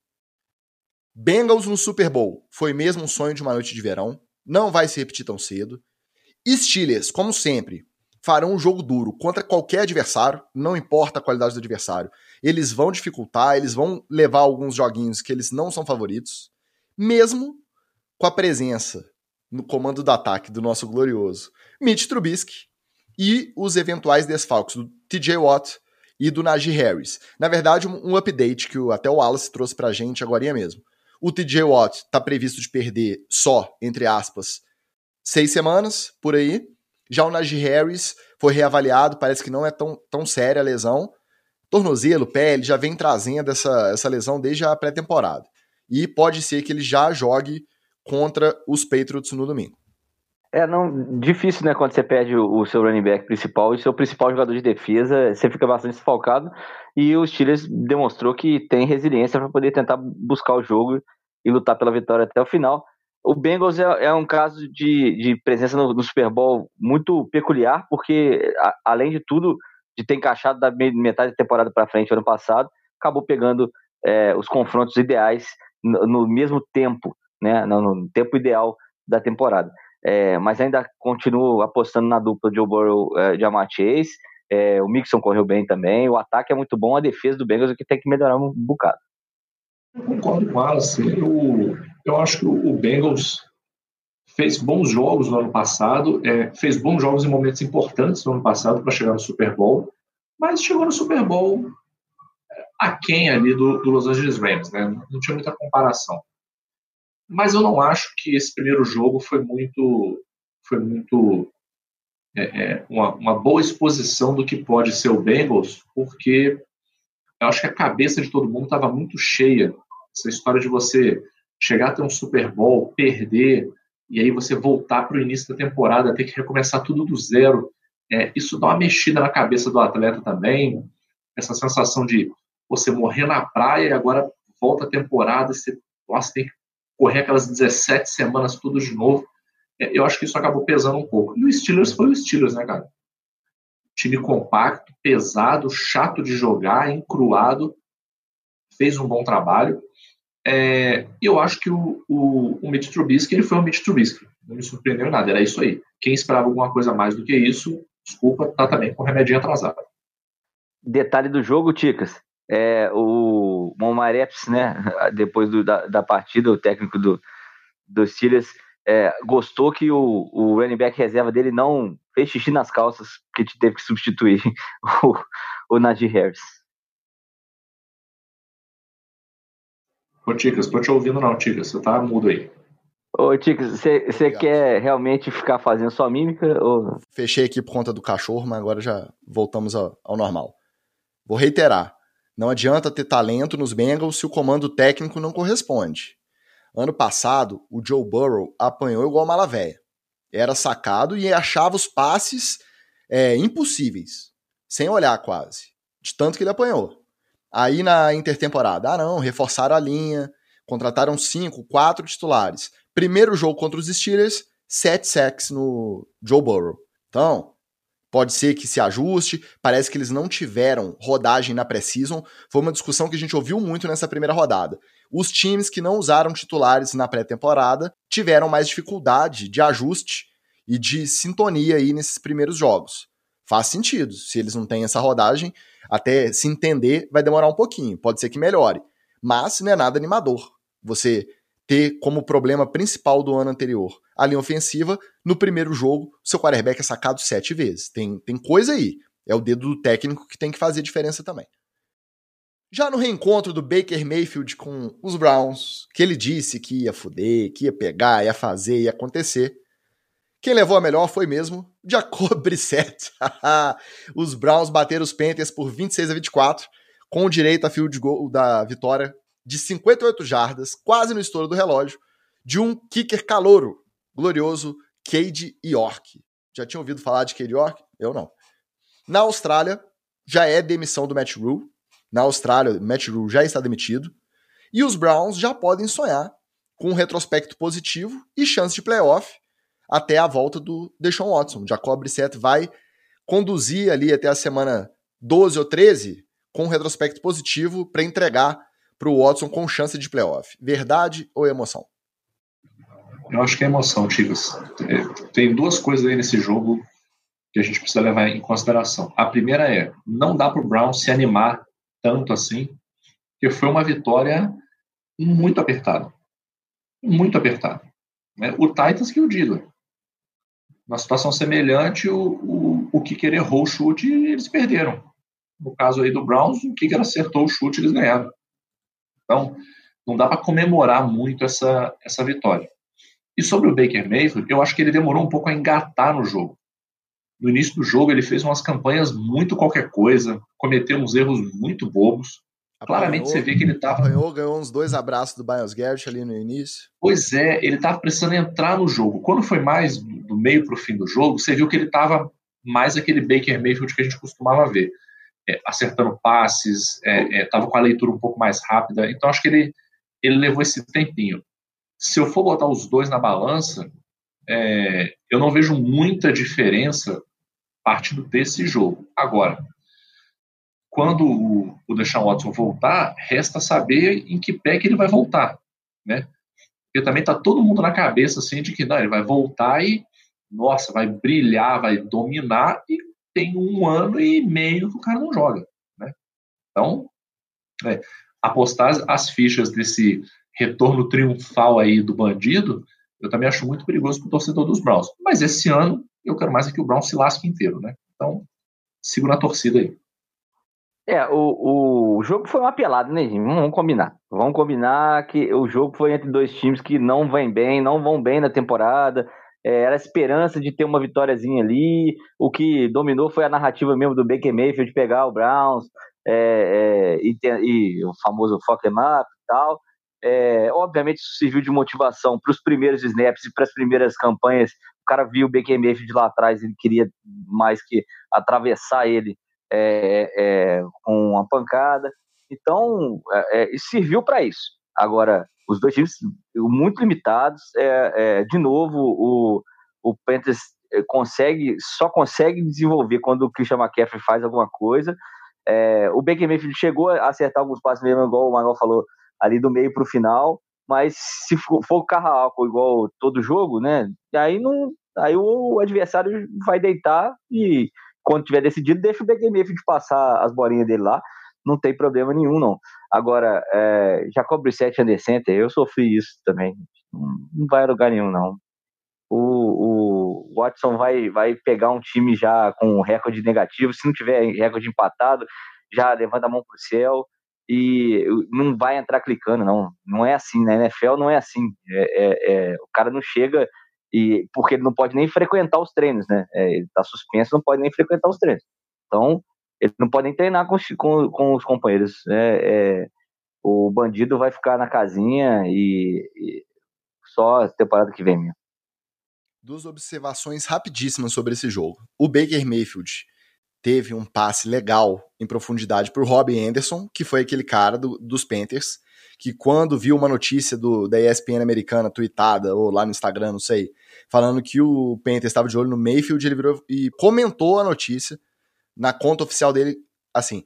Bengals no Super Bowl foi mesmo um sonho de uma noite de verão, não vai se repetir tão cedo. Steelers, como sempre, farão um jogo duro contra qualquer adversário, não importa a qualidade do adversário. Eles vão dificultar, eles vão levar alguns joguinhos que eles não são favoritos, mesmo com a presença no comando do ataque do nosso glorioso Mitch Trubisky e os eventuais desfalques do T J Watt e do Najee Harris. Na verdade, um, um update que o, até o Wallace trouxe pra gente agora mesmo. O T J Watt tá previsto de perder só, entre aspas, seis semanas, por aí. Já o Najee Harris foi reavaliado, parece que não é tão, tão séria a lesão. Tornozelo, pé, ele já vem trazendo essa, essa lesão desde a pré-temporada. E pode ser que ele já jogue contra os Patriots no domingo. É, não, difícil, né, quando você perde o, o seu running back principal e o seu principal jogador de defesa, você fica bastante desfalcado, e o Steelers demonstrou que tem resiliência para poder tentar buscar o jogo e lutar pela vitória até o final. O Bengals é, é um caso de, de presença no, no Super Bowl muito peculiar, porque, a, além de tudo, de ter encaixado da metade da temporada para frente ano passado, acabou pegando é, os confrontos ideais no, no mesmo tempo, né, no, no tempo ideal da temporada. É, mas ainda continuo apostando na dupla Joe Burrow e uh, Ja'Marr Chase. É, o Mixon correu bem também. O ataque é muito bom, a defesa do Bengals é que tem que melhorar um bocado. Eu concordo com o Wallace. Eu, eu acho que o Bengals fez bons jogos no ano passado, é, fez bons jogos em momentos importantes no ano passado para chegar no Super Bowl, mas chegou no Super Bowl aquém ali do, do Los Angeles Rams, né? Não tinha muita comparação. Mas eu não acho que esse primeiro jogo foi muito, foi muito é, é, uma, uma boa exposição do que pode ser o Bengals, porque eu acho que a cabeça de todo mundo estava muito cheia. Essa história de você chegar a ter um Super Bowl, perder, e aí você voltar para o início da temporada, ter que recomeçar tudo do zero. É, isso dá uma mexida na cabeça do atleta também. Essa sensação de você morrer na praia e agora volta a temporada e você, nossa, tem que correr aquelas dezessete semanas tudo de novo. Eu acho que isso acabou pesando um pouco. E o Steelers foi o Steelers, né, cara? Time compacto, pesado, chato de jogar, encruado, fez um bom trabalho. É, e eu acho que o, o, o Mitch Trubisky, ele foi o Mitch Trubisky. Não me surpreendeu em nada, era isso aí. Quem esperava alguma coisa mais do que isso, desculpa, tá também com o remedinho atrasado. Detalhe do jogo, Ticas. É, o Momar Epps, né, depois do, da, da partida, o técnico do, do Steelers, é, gostou que o, o running back reserva dele não fez xixi nas calças, porque teve que substituir o, o Najee Harris. Ô, Ticas, tô te ouvindo não, Ticas, você tá mudo aí. Ô, Ticas, você quer realmente ficar fazendo só mímica? Ou... Fechei aqui por conta do cachorro, mas agora já voltamos ao, ao normal. Vou reiterar. Não adianta ter talento nos Bengals se o comando técnico não corresponde. Ano passado, o Joe Burrow apanhou igual mala véia. Era sacado e achava os passes é, impossíveis, sem olhar quase, de tanto que ele apanhou. Aí na intertemporada, ah não, reforçaram a linha, contrataram cinco, quatro titulares. Primeiro jogo contra os Steelers, sete sacks no Joe Burrow. Então... pode ser que se ajuste, parece que eles não tiveram rodagem na pré-season, foi uma discussão que a gente ouviu muito nessa primeira rodada. Os times que não usaram titulares na pré-temporada tiveram mais dificuldade de ajuste e de sintonia aí nesses primeiros jogos. Faz sentido, se eles não têm essa rodagem, até se entender vai demorar um pouquinho, pode ser que melhore, mas não é nada animador. Você ter como problema principal do ano anterior a linha ofensiva, no primeiro jogo, seu quarterback é sacado sete vezes. Tem, tem coisa aí. É o dedo do técnico que tem que fazer diferença também. Já no reencontro do Baker Mayfield com os Browns, que ele disse que ia fuder, que ia pegar, ia fazer, ia acontecer, Quem levou a melhor foi mesmo Jacob Brissett. Os Browns bateram os Panthers por vinte e seis a vinte e quatro, com direito a field goal da vitória de cinquenta e oito jardas, quase no estouro do relógio, de um kicker calouro, glorioso Cade York. Já tinha ouvido falar de Cade York? Eu não. Na Austrália, já é demissão do Matt Rule. Na Austrália, Matt Rule já está demitido. E os Browns já podem sonhar com um retrospecto positivo e chance de playoff até a volta do Deshaun Watson. Jacob Brissett vai conduzir ali até a semana doze ou treze com um retrospecto positivo para entregar para o Watson com chance de playoff. Verdade ou emoção? Eu acho que é emoção, Tigres. Tem duas coisas aí nesse jogo que a gente precisa levar em consideração. A primeira é, não dá para o Browns se animar tanto assim, porque foi uma vitória muito apertada. Muito apertada. O Titans que o diga. Numa situação semelhante, o, o, o Kicker errou o chute e eles perderam. No caso aí do Browns, o Kicker acertou o chute e eles ganharam. Então, não dá para comemorar muito essa, essa vitória. E sobre o Baker Mayfield, eu acho que ele demorou um pouco a engatar no jogo. No início do jogo, ele fez umas campanhas muito qualquer coisa, cometeu uns erros muito bobos. Apanhou, claramente você vê que ele estava... Apanhou, ganhou uns dois abraços do Myles Garrett ali no início. Pois é, ele estava precisando entrar no jogo. Quando foi mais do meio para o fim do jogo, você viu que ele estava mais aquele Baker Mayfield que a gente costumava ver. É, acertando passes, estava é, é, com a leitura um pouco mais rápida. Então, acho que ele, ele levou esse tempinho. Se eu for botar os dois na balança, é, eu não vejo muita diferença partindo desse jogo. Agora, quando o, o Deshaun Watson voltar, resta saber em que pé que ele vai voltar, né? Porque também está todo mundo na cabeça assim, de que não, ele vai voltar e, nossa, vai brilhar, vai dominar, e tem um ano e meio que o cara não joga, né? Então, é, apostar as, as fichas desse retorno triunfal aí do bandido, eu também acho muito perigoso para o torcedor dos Browns. Mas esse ano, eu quero mais é que o Browns se lasque inteiro, né? Então, segura a torcida aí. É, o, o jogo foi uma pelada, né, gente? Vamos combinar. Vamos combinar que o jogo foi entre dois times que não vão bem, não vão bem na temporada. É, era a esperança de ter uma vitóriazinha ali. O que dominou foi a narrativa mesmo do Baker Mayfield de pegar o Browns é, é, e, ter, e o famoso fuck them up e tal. É, obviamente isso serviu de motivação para os primeiros snaps e para as primeiras campanhas. O cara viu o Baker Mayfield lá atrás, ele queria mais que atravessar ele é, é, com uma pancada. Então, é, isso serviu para isso. Agora, os dois times muito limitados. É, é, de novo, o, o Panthers consegue, só consegue desenvolver quando o Christian McCaffrey faz alguma coisa. É, o Baker Mayfield chegou a acertar alguns passos mesmo, igual o Manuel falou, ali do meio para o final, mas se for, for o carro álcool igual todo jogo, né, aí, não, aí o adversário vai deitar e quando tiver decidido, deixa o Baker Mayfield passar as bolinhas dele lá, não tem problema nenhum, não. Agora, é, Jacob Brissett under center, eu sofri isso também, não vai a lugar nenhum, não. O, o Watson vai, vai pegar um time já com recorde negativo, se não tiver recorde empatado, já levanta a mão pro céu e não vai entrar clicando, não. Não é assim, na N F L não é assim. É, é, é, o cara não chega, e porque ele não pode nem frequentar os treinos, né? É, ele tá suspenso, não pode nem frequentar os treinos. Então, ele não pode nem treinar com, com, com os companheiros. É, é, o bandido vai ficar na casinha e, e só a temporada que vem mesmo. Duas observações rapidíssimas sobre esse jogo. O Baker Mayfield teve um passe legal em profundidade por Robbie Anderson, que foi aquele cara do, dos Panthers, que quando viu uma notícia do, da E S P N americana tweetada, ou lá no Instagram, não sei, falando que o Panthers estava de olho no Mayfield, ele virou e comentou a notícia na conta oficial dele, assim,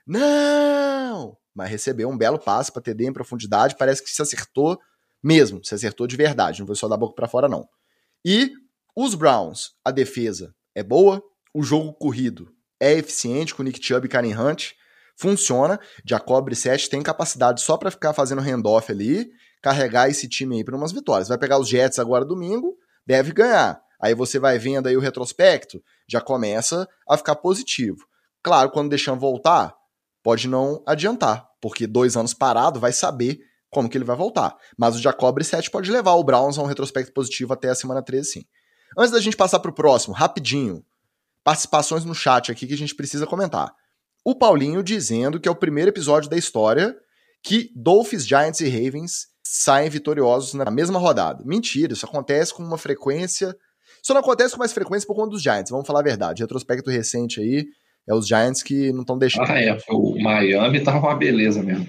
não! Mas recebeu um belo passe para T D em profundidade, parece que se acertou mesmo, se acertou de verdade, não foi só da boca para fora, não. E os Browns, a defesa é boa, o jogo corrido é eficiente com Nick Chubb e Kareem Hunt, funciona, Jacob Brissett tem capacidade só para ficar fazendo handoff ali, carregar esse time aí para umas vitórias. Vai pegar os Jets agora domingo, deve ganhar. Aí você vai vendo aí o retrospecto, já começa a ficar positivo. Claro, quando deixando voltar, pode não adiantar, porque dois anos parado vai saber como que ele vai voltar. Mas o Jacob Brissett pode levar o Browns a um retrospecto positivo até a semana treze, sim. Antes da gente passar pro próximo, rapidinho, participações no chat aqui que a gente precisa comentar. O Paulinho dizendo que é o primeiro episódio da história que Dolphins, Giants e Ravens saem vitoriosos na mesma rodada. Mentira, isso acontece com uma frequência... Só não acontece com mais frequência por conta dos Giants, vamos falar a verdade. Retrospecto recente aí, é os Giants que não estão deixando. Ah, é, o Miami tá uma beleza mesmo.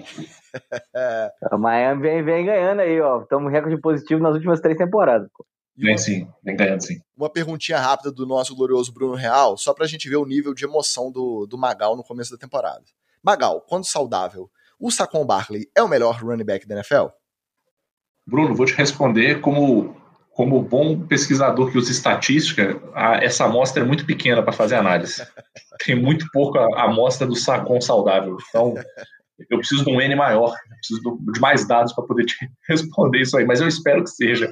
O Miami vem, vem ganhando aí, ó. Estamos recorde positivo nas últimas três temporadas. Pô. Vem sim, vem ganhando sim. Uma perguntinha rápida do nosso glorioso Bruno Real, só pra gente ver o nível de emoção do, do Magal no começo da temporada. Magal, quando saudável, o Saquon Barkley é o melhor running back da N F L? Bruno, vou te responder como, como bom pesquisador que usa estatística, a, essa amostra é muito pequena para fazer análise. Tem muito pouco a, a amostra do Saquon saudável. Então, eu preciso de um N maior, eu preciso de mais dados para poder te responder isso aí, mas eu espero que seja.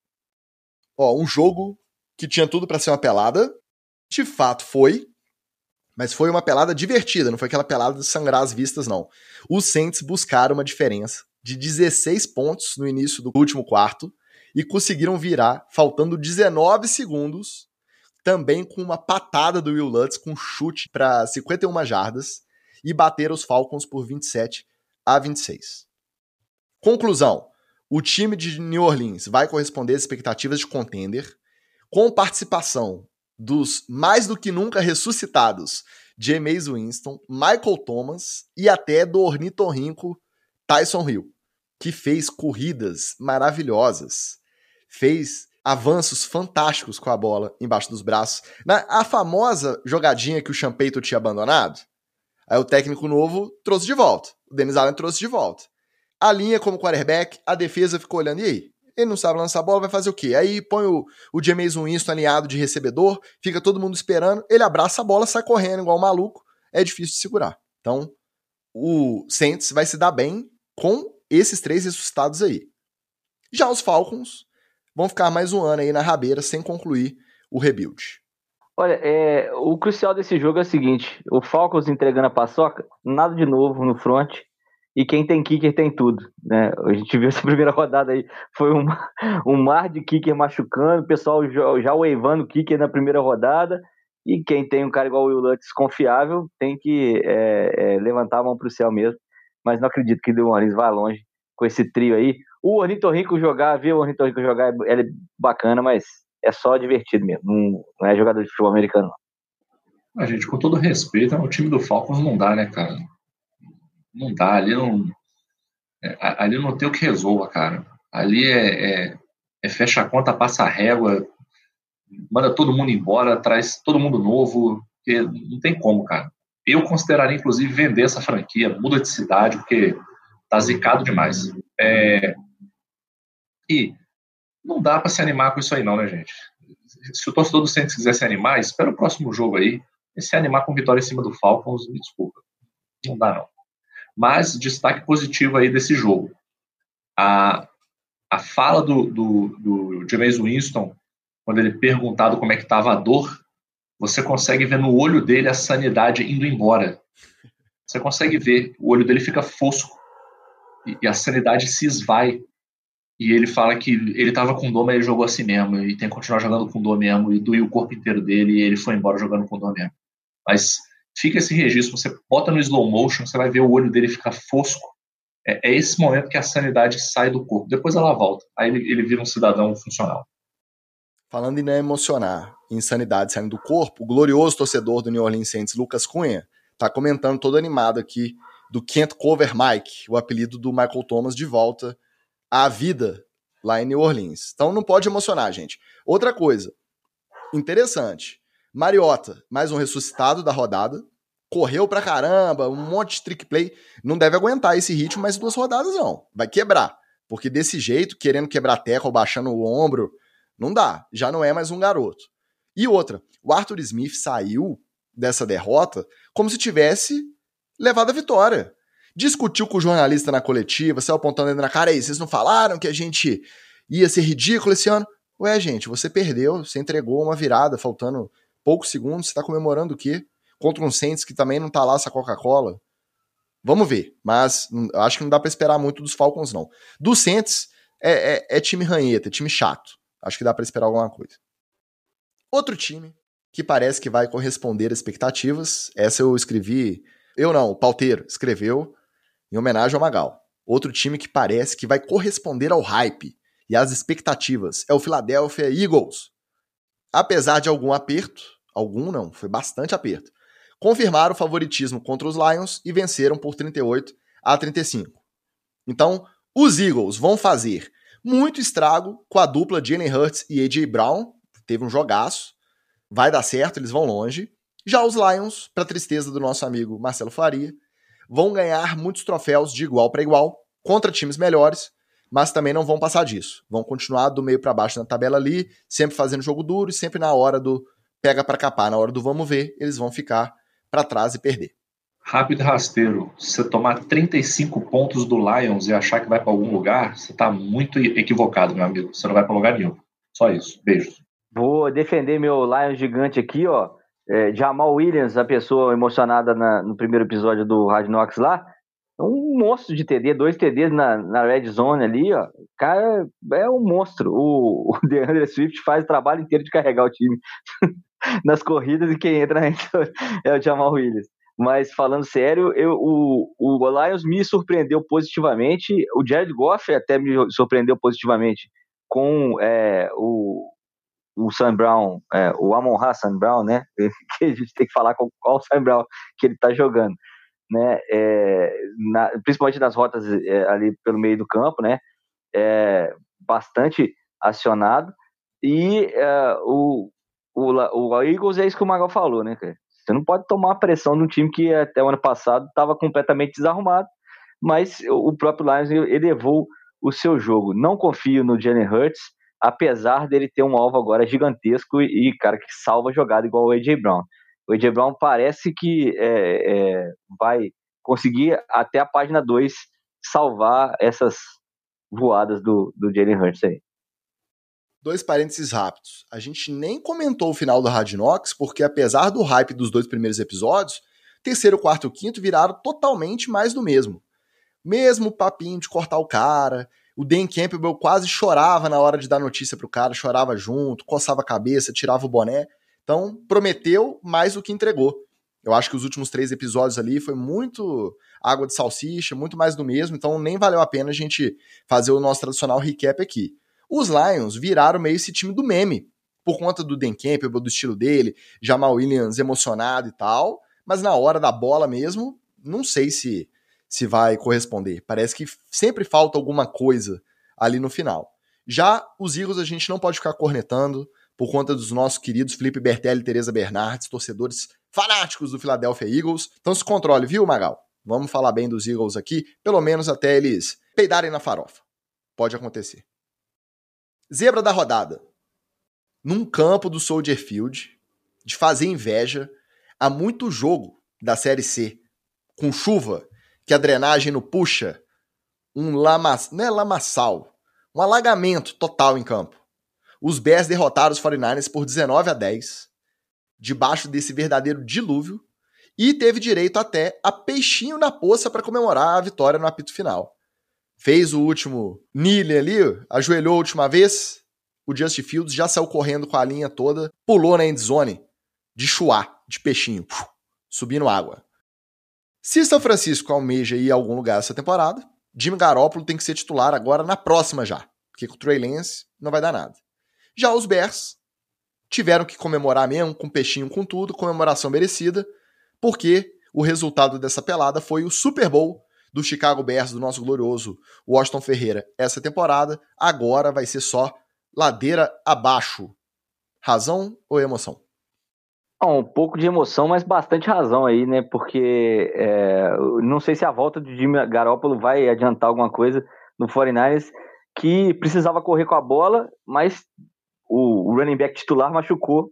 Ó, um jogo que tinha tudo pra ser uma pelada, de fato foi, mas foi uma pelada divertida, não foi aquela pelada de sangrar as vistas, não. Os Saints buscaram uma diferença de dezesseis pontos no início do último quarto e conseguiram virar, faltando dezenove segundos, também com uma patada do Will Lutz, com chute para cinquenta e uma jardas, e bateram os Falcons por vinte e sete a vinte e seis. Conclusão. O time de New Orleans vai corresponder às expectativas de contender, com participação dos mais do que nunca ressuscitados Jameis Winston, Michael Thomas e até do ornitorrinco Tyson Hill, que fez corridas maravilhosas, fez avanços fantásticos com a bola embaixo dos braços. Na, a famosa jogadinha que o Sean Payton tinha abandonado, aí o técnico novo trouxe de volta, o Dennis Allen trouxe de volta. A linha como quarterback, a defesa ficou olhando, e aí? Ele não sabe lançar a bola, vai fazer o quê? Aí põe o, o Jameis Winston alinhado de recebedor, fica todo mundo esperando, ele abraça a bola, sai correndo igual um maluco, é difícil de segurar. Então, o Saints vai se dar bem com esses três ressuscitados aí. Já os Falcons vão ficar mais um ano aí na rabeira sem concluir o rebuild. Olha, é, o crucial desse jogo é o seguinte, o Falcons entregando a paçoca, nada de novo no front, e quem tem kicker tem tudo, né? A gente viu essa primeira rodada aí, foi um, um mar de kicker machucando, o pessoal já, já waivando o kicker na primeira rodada, e quem tem um cara igual o Will Lutz confiável tem que é, é, levantar a mão pro céu mesmo, mas não acredito que o New Orleans vá longe com esse trio aí. O Ornitorrinco jogar, ver o Ornitorrinco jogar é, é bacana, mas é só divertido mesmo, não, não é jogador de futebol americano não. A gente, com todo respeito, o time do Falcons não dá, né, cara? Não dá, ali não, é, ali não tem o que resolva, cara. Ali é, é, é fecha a conta, passa a régua, manda todo mundo embora, traz todo mundo novo, porque não tem como, cara. Eu consideraria, inclusive, vender essa franquia, muda de cidade, porque tá zicado demais. É, e não dá pra se animar com isso aí não, né, gente? Se o torcedor do Saints quiser se animar, espera o próximo jogo aí, e se animar com vitória em cima do Falcons, me desculpa. Não dá, não. Mas destaque positivo aí desse jogo. A, a fala do, do, do Jameis Winston, quando ele perguntado como é que estava a dor, você consegue ver no olho dele a sanidade indo embora. Você consegue ver, o olho dele fica fosco e, e a sanidade se esvai. E ele fala que ele estava com dor, mas ele jogou assim mesmo, e tem que continuar jogando com dor mesmo, e doía o corpo inteiro dele, e ele foi embora jogando com dor mesmo. Mas fica esse registro, você bota no slow motion, você vai ver o olho dele ficar fosco. É, é esse momento que a sanidade sai do corpo. Depois ela volta. Aí ele, ele vira um cidadão funcional. Falando em não emocionar, insanidade saindo do corpo, o glorioso torcedor do New Orleans Saints, Lucas Cunha, tá comentando todo animado aqui do Kent Cover Mike, o apelido do Michael Thomas, de volta à vida lá em New Orleans. Então não pode emocionar, gente. Outra coisa interessante, Mariota, mais um ressuscitado da rodada, correu pra caramba, um monte de trick play, não deve aguentar esse ritmo mais duas rodadas não, vai quebrar, porque desse jeito, querendo quebrar tackle, baixando o ombro, não dá, já não é mais um garoto. E outra, o Arthur Smith saiu dessa derrota como se tivesse levado a vitória. Discutiu com o jornalista na coletiva, saiu apontando ele na cara, aí, vocês não falaram que a gente ia ser ridículo esse ano? Ué, gente, você perdeu, você entregou uma virada, faltando poucos segundos, você tá comemorando o quê? Contra um Saints que também não tá lá essa Coca-Cola? Vamos ver, mas acho que não dá pra esperar muito dos Falcons, não. Do Saints, é, é, é time ranheta, é time chato. Acho que dá pra esperar alguma coisa. Outro time que parece que vai corresponder às expectativas, essa eu escrevi, eu não, o Pauteiro escreveu em homenagem ao Magal. Outro time que parece que vai corresponder ao hype e às expectativas é o Philadelphia Eagles. Apesar de algum aperto, algum não, foi bastante aperto, confirmaram o favoritismo contra os Lions e venceram por trinta e oito a trinta e cinco. Então, os Eagles vão fazer muito estrago com a dupla Jalen Hurts e A J Brown, teve um jogaço, vai dar certo, eles vão longe. Já os Lions, para tristeza do nosso amigo Marcelo Faria, vão ganhar muitos troféus de igual para igual contra times melhores, mas também não vão passar disso. Vão continuar do meio para baixo na tabela ali, sempre fazendo jogo duro e sempre na hora do pega para capar, na hora do vamos ver, eles vão ficar para trás e perder. Rápido e rasteiro, se você tomar trinta e cinco pontos do Lions e achar que vai para algum lugar, você está muito equivocado, meu amigo. Você não vai para lugar nenhum. Só isso. Beijos. Vou defender meu Lions gigante aqui, ó. É, Jamal Williams, a pessoa emocionada na, no primeiro episódio do Hard Knocks lá, um monstro de T D, dois T Ds na, na red zone ali, ó. O cara é um monstro. O, o DeAndre Swift faz o trabalho inteiro de carregar o time nas corridas e quem entra é o Jamal Williams. Mas falando sério, eu, o, o Lions me surpreendeu positivamente. O Jared Goff até me surpreendeu positivamente com é, o, o Sam Brown, é, o Amon-Ra Sam Brown, né? Que a gente tem que falar com qual Sam Brown que ele tá jogando, né? É, na, principalmente nas rotas é, ali pelo meio do campo, né? É, bastante acionado. E é, o, o, o Eagles é isso que o Magal falou, né, cara? Você não pode tomar a pressão de um time que até o ano passado estava completamente desarrumado, mas o próprio Lions elevou o seu jogo. Não confio no Jalen Hurts, apesar dele ter um alvo agora gigantesco e, cara, que salva jogada igual o A J Brown. O A J Brown parece que é, é, vai conseguir até a página dois salvar essas voadas do, do Jalen Hurts aí. Dois parênteses rápidos. A gente nem comentou o final do Hard Knocks, porque apesar do hype dos dois primeiros episódios, terceiro, quarto e quinto viraram totalmente mais do mesmo. Mesmo papinho de cortar o cara, o Dan Campbell quase chorava na hora de dar notícia pro cara, chorava junto, coçava a cabeça, tirava o boné. Então, prometeu mais do que entregou. Eu acho que os últimos três episódios ali foi muito água de salsicha, muito mais do mesmo, então nem valeu a pena a gente fazer o nosso tradicional recap aqui. Os Lions viraram meio esse time do meme, por conta do Dan Campbell, do estilo dele, Jamal Williams emocionado e tal, mas na hora da bola mesmo, não sei se, se vai corresponder. Parece que sempre falta alguma coisa ali no final. Já os Eagles a gente não pode ficar cornetando, por conta dos nossos queridos Felipe Bertelli e Tereza Bernardes, torcedores fanáticos do Philadelphia Eagles. Então se controle, viu, Magal? Vamos falar bem dos Eagles aqui, pelo menos até eles peidarem na farofa. Pode acontecer. Zebra da rodada. Num campo do Soldier Field, de fazer inveja, há muito jogo da Série C, com chuva, que a drenagem não puxa, um lama... não é lamaçal, um alagamento total em campo. Os Bears derrotaram os quarenta e nove ers por dezenove a dez, debaixo desse verdadeiro dilúvio, e teve direito até a peixinho na poça para comemorar a vitória no apito final. Fez o último kneel ali, ajoelhou a última vez, o Justin Fields já saiu correndo com a linha toda, pulou na endzone de chuá, de peixinho, subindo água. Se São Francisco almeja ir a algum lugar essa temporada, Jimmy Garoppolo tem que ser titular agora na próxima já, porque com o Trey Lance não vai dar nada. Já os Bears tiveram que comemorar mesmo, com peixinho, com tudo, comemoração merecida, porque o resultado dessa pelada foi o Super Bowl do Chicago Bears, do nosso glorioso Washington Ferreira, essa temporada. Agora vai ser só ladeira abaixo. Razão ou emoção? Um pouco de emoção, mas bastante razão aí, né? Porque é, não sei se a volta de Jimmy Garoppolo vai adiantar alguma coisa no quarenta e nove ers, que precisava correr com a bola, mas o, o running back titular machucou.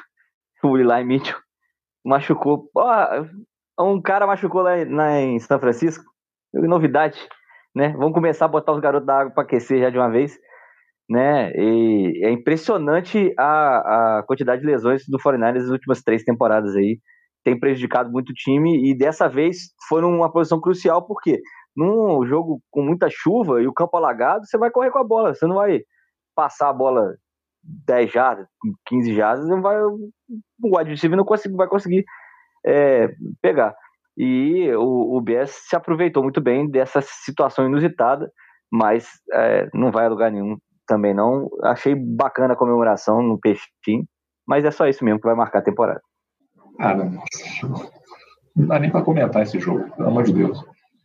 O Eli Mitchell machucou. Oh, um cara machucou lá, lá em São Francisco. Novidade, né? Vamos começar a botar os garotos da água para aquecer já de uma vez, né? E é impressionante a, a quantidade de lesões do quarenta e nove ers nas últimas três temporadas aí. Tem prejudicado muito o time e dessa vez foram uma posição crucial, porque num jogo com muita chuva e o campo alagado, você vai correr com a bola, você não vai passar a bola dez jardas, quinze jardas, não vai, o wide receiver não consegue, vai conseguir é, pegar. E o, o Bears se aproveitou muito bem dessa situação inusitada, mas é, não vai a lugar nenhum também não. Achei bacana a comemoração no peixinho, mas é só isso mesmo que vai marcar a temporada. Ah, não, não dá nem pra comentar esse jogo, pelo amor de Deus.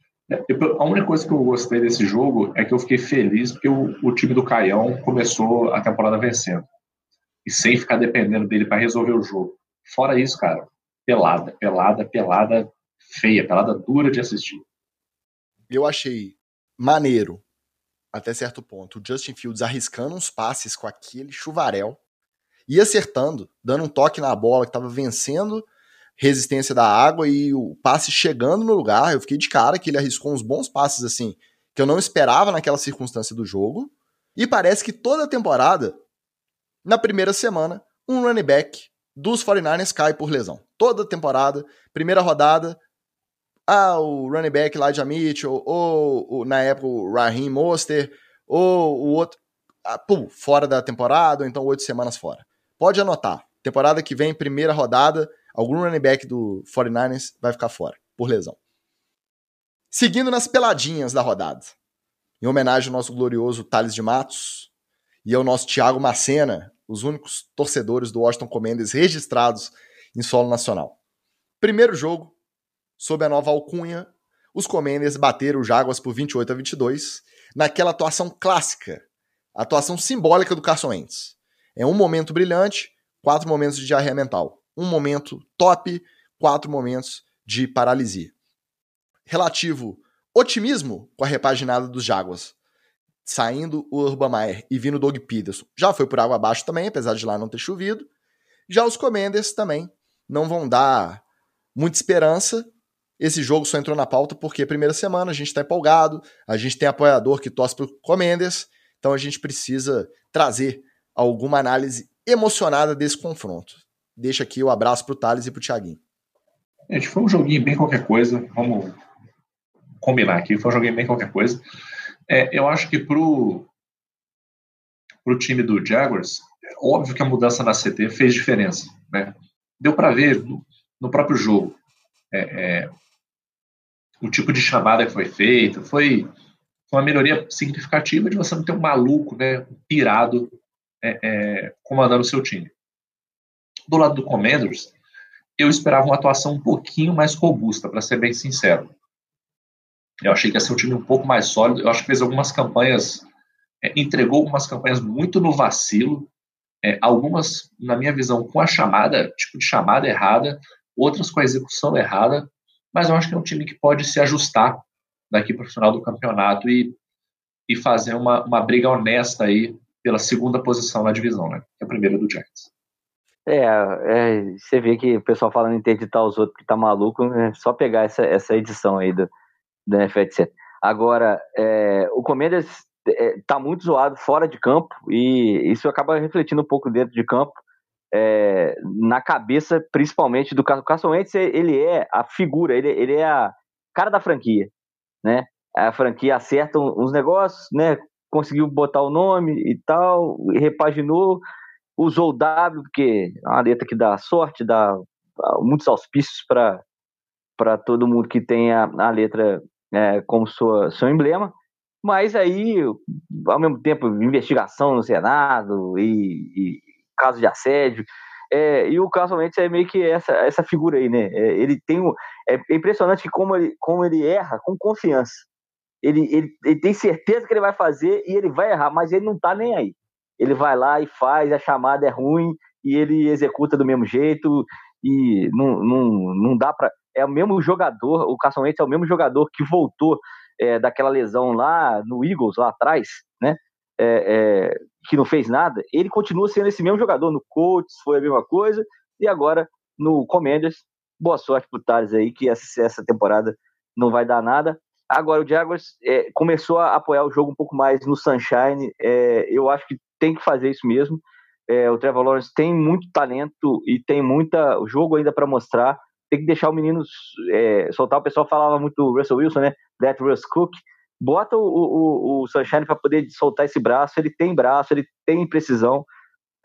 A única coisa que eu gostei desse jogo é que eu fiquei feliz porque o, o time do Caião começou a temporada vencendo. E sem ficar dependendo dele para resolver o jogo. Fora isso, cara, pelada, pelada, pelada feia, pelada dura de assistir. Eu achei maneiro, até certo ponto, o Justin Fields arriscando uns passes com aquele chuvarel e acertando, dando um toque na bola que estava vencendo resistência da água e o passe chegando no lugar. Eu fiquei de cara que ele arriscou uns bons passes assim, que eu não esperava naquela circunstância do jogo. E parece que toda a temporada, na primeira semana, um running back dos quarenta e nove ers cai por lesão. Toda a temporada, primeira rodada, ah, o running back Elijah Mitchell, ou, ou na época o Raheem Mostert, ou o outro, ah, pum, fora da temporada, ou então oito semanas fora. Pode anotar, temporada que vem, primeira rodada, algum running back do quarenta e nove ers vai ficar fora, por lesão. Seguindo nas peladinhas da rodada, em homenagem ao nosso glorioso Thales de Matos e ao nosso Thiago Macena, os únicos torcedores do Washington Commanders registrados em solo nacional. Primeiro jogo, sob a nova alcunha, os Commanders bateram os Jaguars por vinte e oito a vinte e dois, naquela atuação clássica, a atuação simbólica do Carson Wentz. É um momento brilhante, quatro momentos de diarreia mental. Um momento top, quatro momentos de paralisia. Relativo otimismo com a repaginada dos Jaguars. Saindo o Urban Meyer e vindo o Doug Peterson. Já foi por água abaixo também, apesar de lá não ter chovido. Já os Commanders também não vão dar muita esperança. Esse jogo só entrou na pauta porque a primeira semana a gente está empolgado, a gente tem apoiador que torce para o Commanders, então a gente precisa trazer alguma análise emocionada desse confronto. Deixa aqui o abraço pro Thales e pro Thiaguinho. Gente, foi um joguinho bem qualquer coisa. Vamos combinar aqui. Foi um joguinho bem qualquer coisa. É, eu acho que pro, pro time do Jaguars, é óbvio que a mudança na C T fez diferença, né? Deu para ver no, no próprio jogo. É, é, o tipo de chamada que foi feita foi, foi uma melhoria significativa de você não ter um maluco, né, um pirado é, é, comandando o seu time. Do lado do Commanders, eu esperava uma atuação um pouquinho mais robusta, para ser bem sincero. Eu achei que ia ser um time um pouco mais sólido. Eu acho que fez algumas campanhas, é, entregou algumas campanhas muito no vacilo, é, algumas, na minha visão, com a chamada, tipo de chamada errada, outras com a execução errada, mas eu acho que é um time que pode se ajustar daqui para o final do campeonato e, e fazer uma, uma briga honesta aí pela segunda posição na divisão, né? Que é a primeira do Giants. É, é, você vê que o pessoal falando em interditar os outros que tá maluco, é só pegar essa, essa edição aí do, do N F L T. Agora, é, o Commanders é, tá muito zoado fora de campo e isso acaba refletindo um pouco dentro de campo, é, na cabeça principalmente do Carson Wentz. Ele é a figura, ele, ele é a cara da franquia, né? A franquia acerta uns negócios, né? Conseguiu botar o nome e tal, repaginou, usou o W, porque é uma letra que dá sorte, dá muitos auspícios para todo mundo que tem a, a letra é, como sua, seu emblema, mas aí, ao mesmo tempo, investigação no Senado e, e caso de assédio, é, e o Carson Wentz é meio que essa, essa figura aí, né? É, ele tem um, é impressionante que como ele, como ele erra com confiança. Ele, ele, ele tem certeza que ele vai fazer e ele vai errar, mas ele não tá nem aí. Ele vai lá e faz, a chamada é ruim e ele executa do mesmo jeito e não, não, não dá pra... É o mesmo jogador, o Carson Wentz é o mesmo jogador que voltou é, daquela lesão lá no Eagles, lá atrás, né? É, é, que não fez nada. Ele continua sendo esse mesmo jogador. No Colts foi a mesma coisa e agora no Commanders. Boa sorte pro Thales aí, que essa, essa temporada não vai dar nada. Agora o Jaguars é, começou a apoiar o jogo um pouco mais no Sunshine. É, eu acho que tem que fazer isso mesmo. É, o Trevor Lawrence tem muito talento e tem muita jogo ainda para mostrar. Tem que deixar o menino é, soltar. O pessoal falava muito do Russell Wilson, né? Let Russ cook. Bota o, o, o Sunshine para poder soltar esse braço. Ele tem braço, ele tem precisão.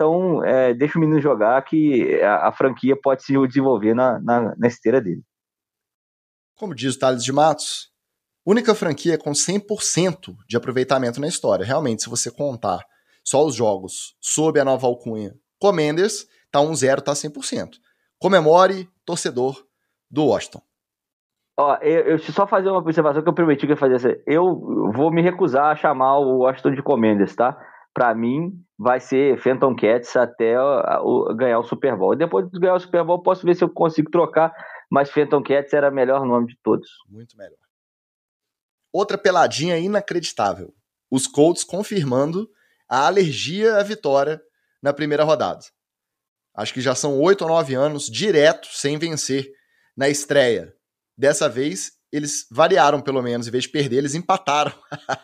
Então, é, deixa o menino jogar que a, a franquia pode se desenvolver na, na, na esteira dele. Como diz o Thales de Matos, única franquia com cem por cento de aproveitamento na história. Realmente, se você contar só os jogos sob a nova alcunha Commanders, tá um zero, tá cem por cento. Comemore, torcedor do Washington. Ó, eu, eu só fazer uma observação que eu prometi que ia fazer. Assim, eu vou me recusar a chamar o Washington de Commanders, tá? Pra mim, vai ser Phantom Cats até o, o, ganhar o Super Bowl. Depois de ganhar o Super Bowl, posso ver se eu consigo trocar, mas Phantom Cats era o melhor nome de todos. Muito melhor. Outra peladinha inacreditável. Os Colts confirmando a alergia à vitória na primeira rodada. Acho que já são oito ou nove anos direto sem vencer na estreia. Dessa vez, eles variaram pelo menos, em vez de perder, eles empataram.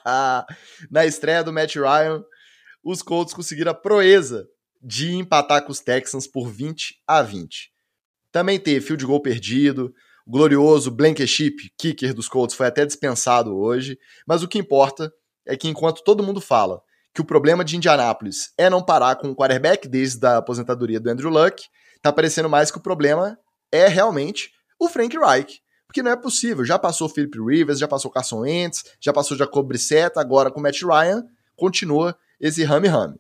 Na estreia do Matt Ryan, os Colts conseguiram a proeza de empatar com os Texans por vinte a vinte. Também teve field goal perdido, o glorioso Blankenship, kicker dos Colts, foi até dispensado hoje, mas o que importa é que enquanto todo mundo fala que o problema de Indianápolis é não parar com o quarterback desde a aposentadoria do Andrew Luck, tá parecendo mais que o problema é realmente o Frank Reich, porque não é possível, já passou o Philip Rivers, já passou o Carson Wentz, já passou o Jacob Brissett, agora com o Matt Ryan, continua esse rame-rame.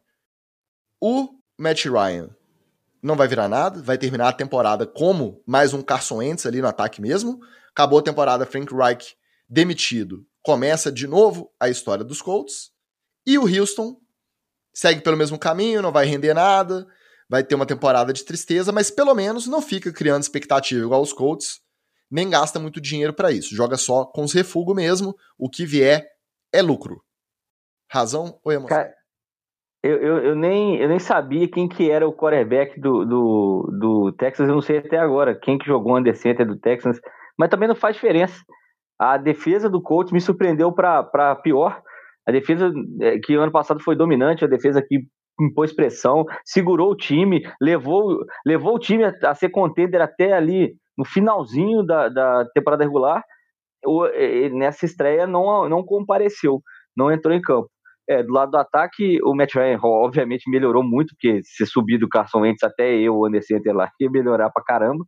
O Matt Ryan não vai virar nada, vai terminar a temporada como mais um Carson Wentz ali no ataque mesmo, acabou a temporada, Frank Reich demitido, começa de novo a história dos Colts, e o Houston segue pelo mesmo caminho, não vai render nada, vai ter uma temporada de tristeza, mas pelo menos não fica criando expectativa igual os Colts, nem gasta muito dinheiro para isso, joga só com os refugos mesmo, o que vier é lucro. Razão ou emoção? Cara, eu, eu, eu, nem, eu nem sabia quem que era o quarterback do, do, do Texas, eu não sei até agora quem que jogou o under center do Texans, mas também não faz diferença. A defesa do Colts me surpreendeu para pior. A defesa que ano passado foi dominante, a defesa que impôs pressão, segurou o time, levou, levou o time a, a ser contender até ali no finalzinho da, da temporada regular. O, nessa estreia não, não compareceu, não entrou em campo. É, do lado do ataque, o Matt Ryan obviamente melhorou muito, porque se subir do Carson Wentz até eu, o under center lá, ia melhorar pra caramba.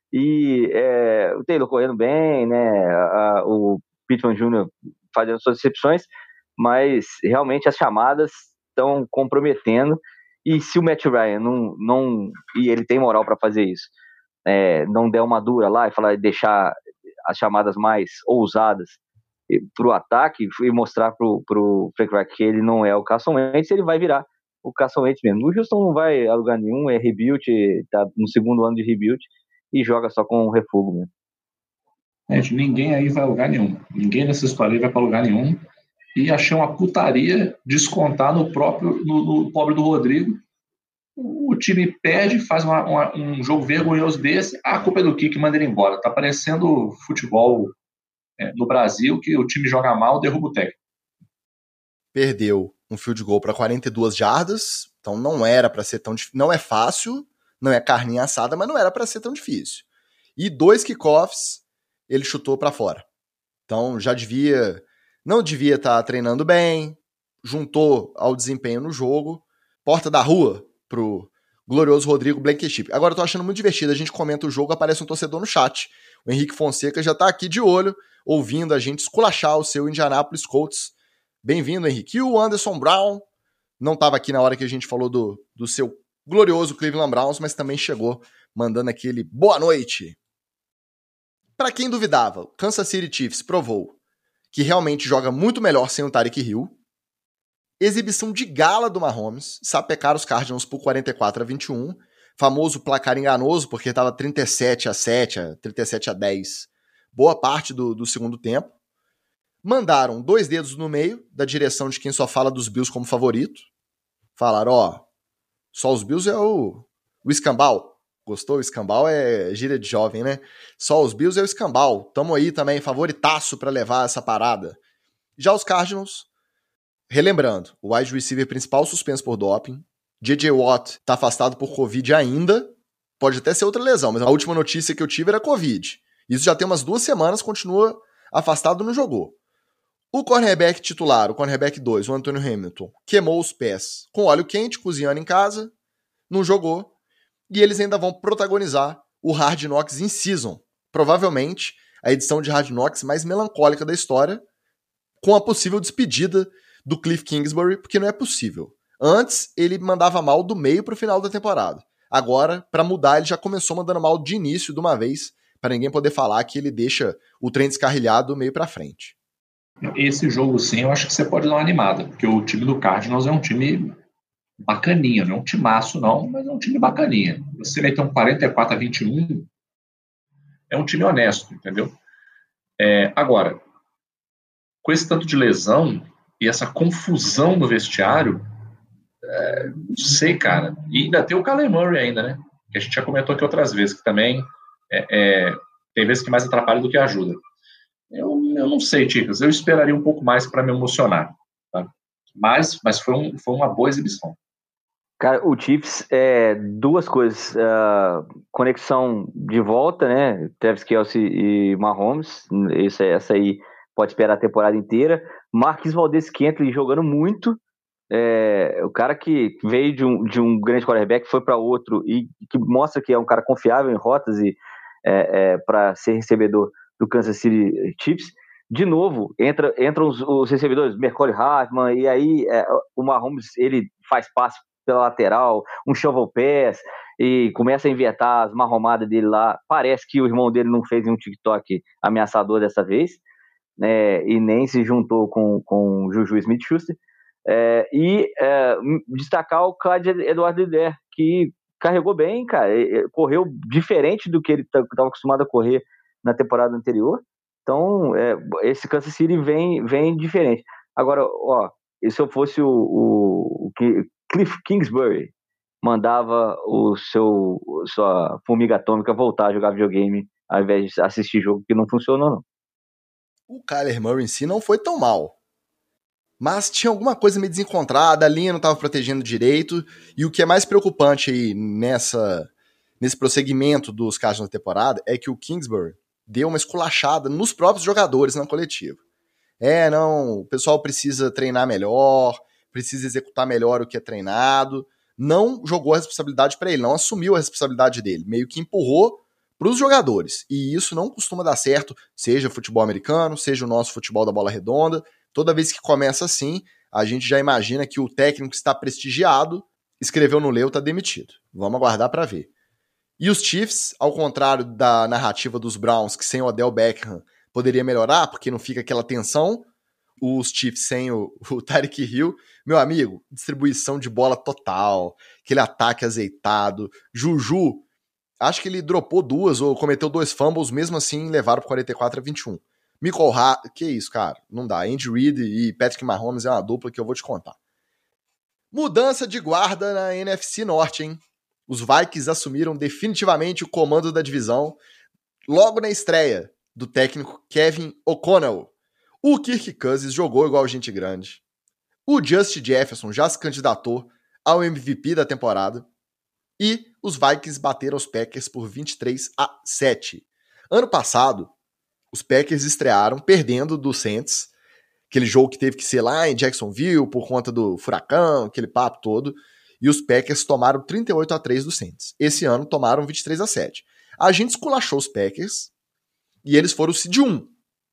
E é, o Taylor correndo bem, né, a, o Pittman Júnior fazendo suas recepções, mas realmente as chamadas estão comprometendo, e se o Matt Ryan não, não e ele tem moral para fazer isso, é, não der uma dura lá e falar, deixar as chamadas mais ousadas para o ataque e mostrar para o Frank Reich que ele não é o Carson Wentz, ele vai virar o Carson Wentz mesmo. O Houston não vai a lugar nenhum, é rebuild, tá no segundo ano de rebuild e joga só com o refúgio mesmo. Gente, ninguém aí vai a lugar nenhum. Ninguém nessa história aí vai para lugar nenhum. E achei uma putaria descontar no próprio no, no pobre do Rodrigo. O, o time perde, faz uma, uma, um jogo vergonhoso desse, a culpa é do Kiki, manda ele embora. Tá parecendo futebol é, no Brasil, que o time joga mal, derruba o técnico. Perdeu um field goal para quarenta e duas jardas, então não era para ser tão difícil. Não é fácil, não é carninha assada, mas não era para ser tão difícil. E dois kickoffs ele chutou para fora. Então já devia... Não devia estar treinando bem, juntou ao desempenho no jogo. Porta da rua pro glorioso Rodrigo Blankenship. Agora eu tô achando muito divertido, a gente comenta o jogo, aparece um torcedor no chat. O Henrique Fonseca já tá aqui de olho, ouvindo a gente esculachar o seu Indianapolis Colts. Bem-vindo, Henrique. E o Anderson Brown não estava aqui na hora que a gente falou do, do seu glorioso Cleveland Browns, mas também chegou mandando aquele boa noite. Para quem duvidava, o Kansas City Chiefs provou que realmente joga muito melhor sem o Tyreek Hill. Exibição de gala do Mahomes, sapecar os Cardinals por quarenta e quatro a vinte e um, famoso placar enganoso, porque estava trinta e sete a sete, trinta e sete a dez, boa parte do, do segundo tempo. Mandaram dois dedos no meio da direção de quem só fala dos Bills como favorito. Falaram, ó, só os Bills é o, o escambau. Gostou? O escambau é gíria de jovem, né? Só os Bills é o escambau. Tamo aí também, favoritaço para levar essa parada. Já os Cardinals, relembrando, o wide receiver principal suspenso por doping. J J Watt tá afastado por Covid ainda. Pode até ser outra lesão, mas a última notícia que eu tive era Covid. Isso já tem umas duas semanas, continua afastado, não jogou. O cornerback titular, o cornerback dois, o Antonio Hamilton, queimou os pés com óleo quente, cozinhando em casa. não jogou, e eles ainda vão protagonizar o Hard Knocks in Season, provavelmente a edição de Hard Knocks mais melancólica da história, com a possível despedida do Cliff Kingsbury, porque não é possível. Antes, ele mandava mal do meio pro final da temporada. Agora, para mudar, ele já começou mandando mal de início de uma vez, para ninguém poder falar que ele deixa o trem descarrilhado do meio para frente. Esse jogo, sim, eu acho que você pode dar uma animada, porque o time do Cardinals é um time bacaninha, não é um timaço não, mas é um time bacaninha. Você meter um quarenta e quatro a vinte e um, é um time honesto, entendeu? É, agora, com esse tanto de lesão e essa confusão no vestiário, é, não sei, cara. E ainda tem o Kyler Murray ainda, né? Que a gente já comentou aqui outras vezes, que também é, é, tem vezes que mais atrapalha do que ajuda. Eu, eu não sei, Ticas. Eu esperaria um pouco mais para me emocionar. Tá? Mas, mas foi, um, foi uma boa exibição. Cara, o Chiefs, é, duas coisas. Uh, conexão de volta, né? Travis Kelce e Mahomes. Esse, essa aí pode esperar a temporada inteira. Marquis Valdes-Scantling jogando muito. É, o cara que veio de um, de um grande quarterback, foi para outro e que mostra que é um cara confiável em rotas e é, é, para ser recebedor do Kansas City Chiefs. De novo, entra, entram os, os recebedores, Mecole Hardman, e aí é, o Mahomes ele faz passe pela lateral, um shovel pass, e começa a inventar as marromadas dele lá. Parece que o irmão dele não fez um TikTok ameaçador dessa vez, né, e nem se juntou com, com o Juju Smith-Schuster. É, e é, destacar o Clyde Edwards-Helaire, que carregou bem, cara, correu diferente do que ele estava acostumado a correr na temporada anterior. Então, é, esse Kansas City vem, vem diferente. Agora, ó, se eu fosse o, o, o Cliff Kingsbury, mandava o seu sua formiga atômica voltar a jogar videogame ao invés de assistir jogo que não funcionou, não. O Kyler Murray em si não foi tão mal, mas tinha alguma coisa meio desencontrada, a linha não estava protegendo direito, e o que é mais preocupante aí nessa, nesse prosseguimento dos casos da temporada é que o Kingsbury deu uma esculachada nos próprios jogadores na coletiva. É, não, o pessoal precisa treinar melhor, precisa executar melhor o que é treinado. Não jogou a responsabilidade para ele, não assumiu a responsabilidade dele, meio que empurrou para os jogadores. E isso não costuma dar certo, seja futebol americano, seja o nosso futebol da bola redonda. Toda vez que começa assim, a gente já imagina que o técnico que está prestigiado, escreveu no Leu, está demitido. Vamos aguardar para ver. E os Chiefs, ao contrário da narrativa dos Browns, que sem o Odell Beckham poderia melhorar, porque não fica aquela tensão, os Chiefs sem o, o Tyreek Hill, meu amigo, distribuição de bola total, aquele ataque azeitado, Juju, acho que ele dropou duas ou cometeu dois fumbles, mesmo assim levaram para quarenta e quatro a vinte e um. Michael Ha, que isso, cara, não dá. Andy Reid e Patrick Mahomes é uma dupla que eu vou te contar. Mudança de guarda na N F C Norte, hein? Os Vikings assumiram definitivamente o comando da divisão logo na estreia do técnico Kevin O'Connell. O Kirk Cousins jogou igual gente grande. O Justin Jefferson já se candidatou ao M V P da temporada. E os Vikings bateram os Packers por vinte e três a sete. Ano passado, os Packers estrearam perdendo do Saints, aquele jogo que teve que ser lá em Jacksonville por conta do furacão, aquele papo todo. E os Packers tomaram trinta e oito a três do Saints. Esse ano tomaram vinte e três a sete. A gente esculachou os Packers e eles foram o seed um.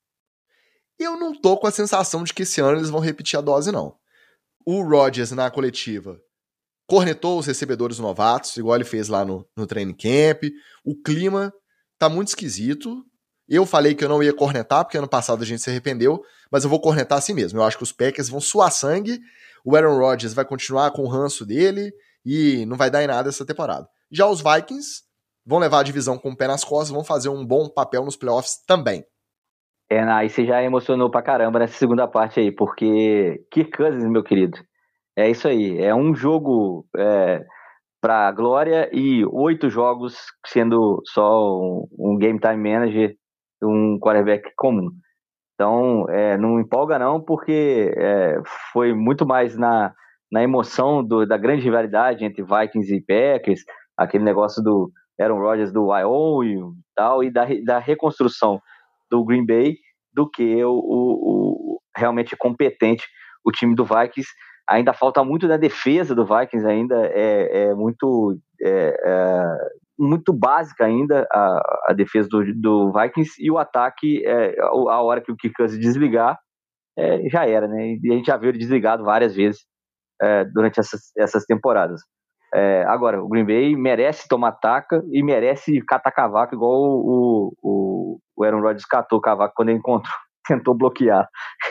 Eu não tô com a sensação de que esse ano eles vão repetir a dose, não. O Rodgers, na coletiva, cornetou os recebedores novatos, igual ele fez lá no, no training camp. O clima tá muito esquisito. Eu falei que eu não ia cornetar, porque ano passado a gente se arrependeu, mas eu vou cornetar assim mesmo. Eu acho que os Packers vão suar sangue, o Aaron Rodgers vai continuar com o ranço dele e não vai dar em nada essa temporada. Já os Vikings vão levar a divisão com o pé nas costas, vão fazer um bom papel nos playoffs também. É, aí você já emocionou pra caramba nessa segunda parte aí, porque Kirk Cousins, meu querido, é isso aí, é um jogo é, pra glória e oito jogos sendo só um, um game time manager, um quarterback comum. Então, é, não empolga não, porque é, foi muito mais na, na emoção do, da grande rivalidade entre Vikings e Packers, aquele negócio do Aaron Rodgers do Wyoming e tal, e da, da reconstrução do Green Bay, do que o, o, o realmente competente o time do Vikings. ainda falta muito na defesa do Vikings, ainda é, é muito é, é, muito básica ainda a, a defesa do, do Vikings, e o ataque, é, a hora que o Kirk Cousins desligar, é, já era, né? E a gente já viu ele desligado várias vezes é, durante essas, essas temporadas. É, agora, o Green Bay merece tomar taca e merece catar cavaco, igual o, o, o Aaron Rodgers catou o cavaco quando ele encontrou, tentou bloquear.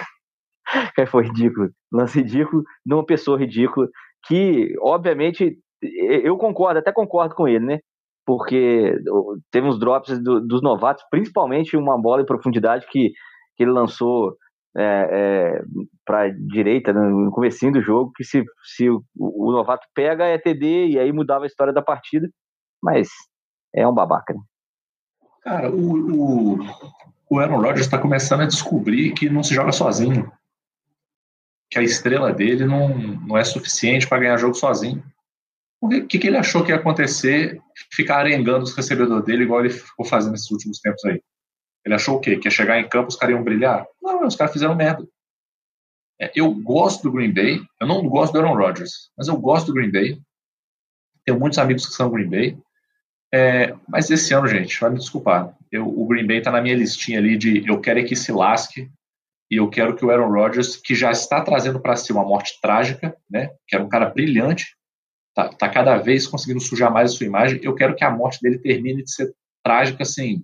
Foi ridículo, lance ridículo, de uma pessoa ridícula, que, obviamente, eu concordo, até concordo com ele, né? Porque teve uns drops do, dos novatos, principalmente uma bola em profundidade que, que ele lançou é, é, para a direita no comecinho do jogo, que se, se o, o novato pega é T D, e aí mudava a história da partida, mas é um babaca, né? Cara, o, o, o Aaron Rodgers está começando a descobrir que não se joga sozinho, que a estrela dele não, não é suficiente para ganhar jogo sozinho. O que, que ele achou que ia acontecer? Ficar arengando os recebedores dele, igual ele ficou fazendo nesses últimos tempos aí. Ele achou o quê? Que ia chegar em campo, os caras iam brilhar? Não, os caras fizeram merda. É, eu gosto do Green Bay, eu não gosto do Aaron Rodgers, mas eu gosto do Green Bay. Tenho muitos amigos que são Green Bay. É, mas esse ano, gente, vai me desculpar. Eu, o Green Bay tá na minha listinha ali de eu quero é que se lasque, e eu quero que o Aaron Rodgers, que já está trazendo para si uma morte trágica, né, que era um cara brilhante, tá, tá cada vez conseguindo sujar mais a sua imagem, eu quero que a morte dele termine de ser trágica, assim,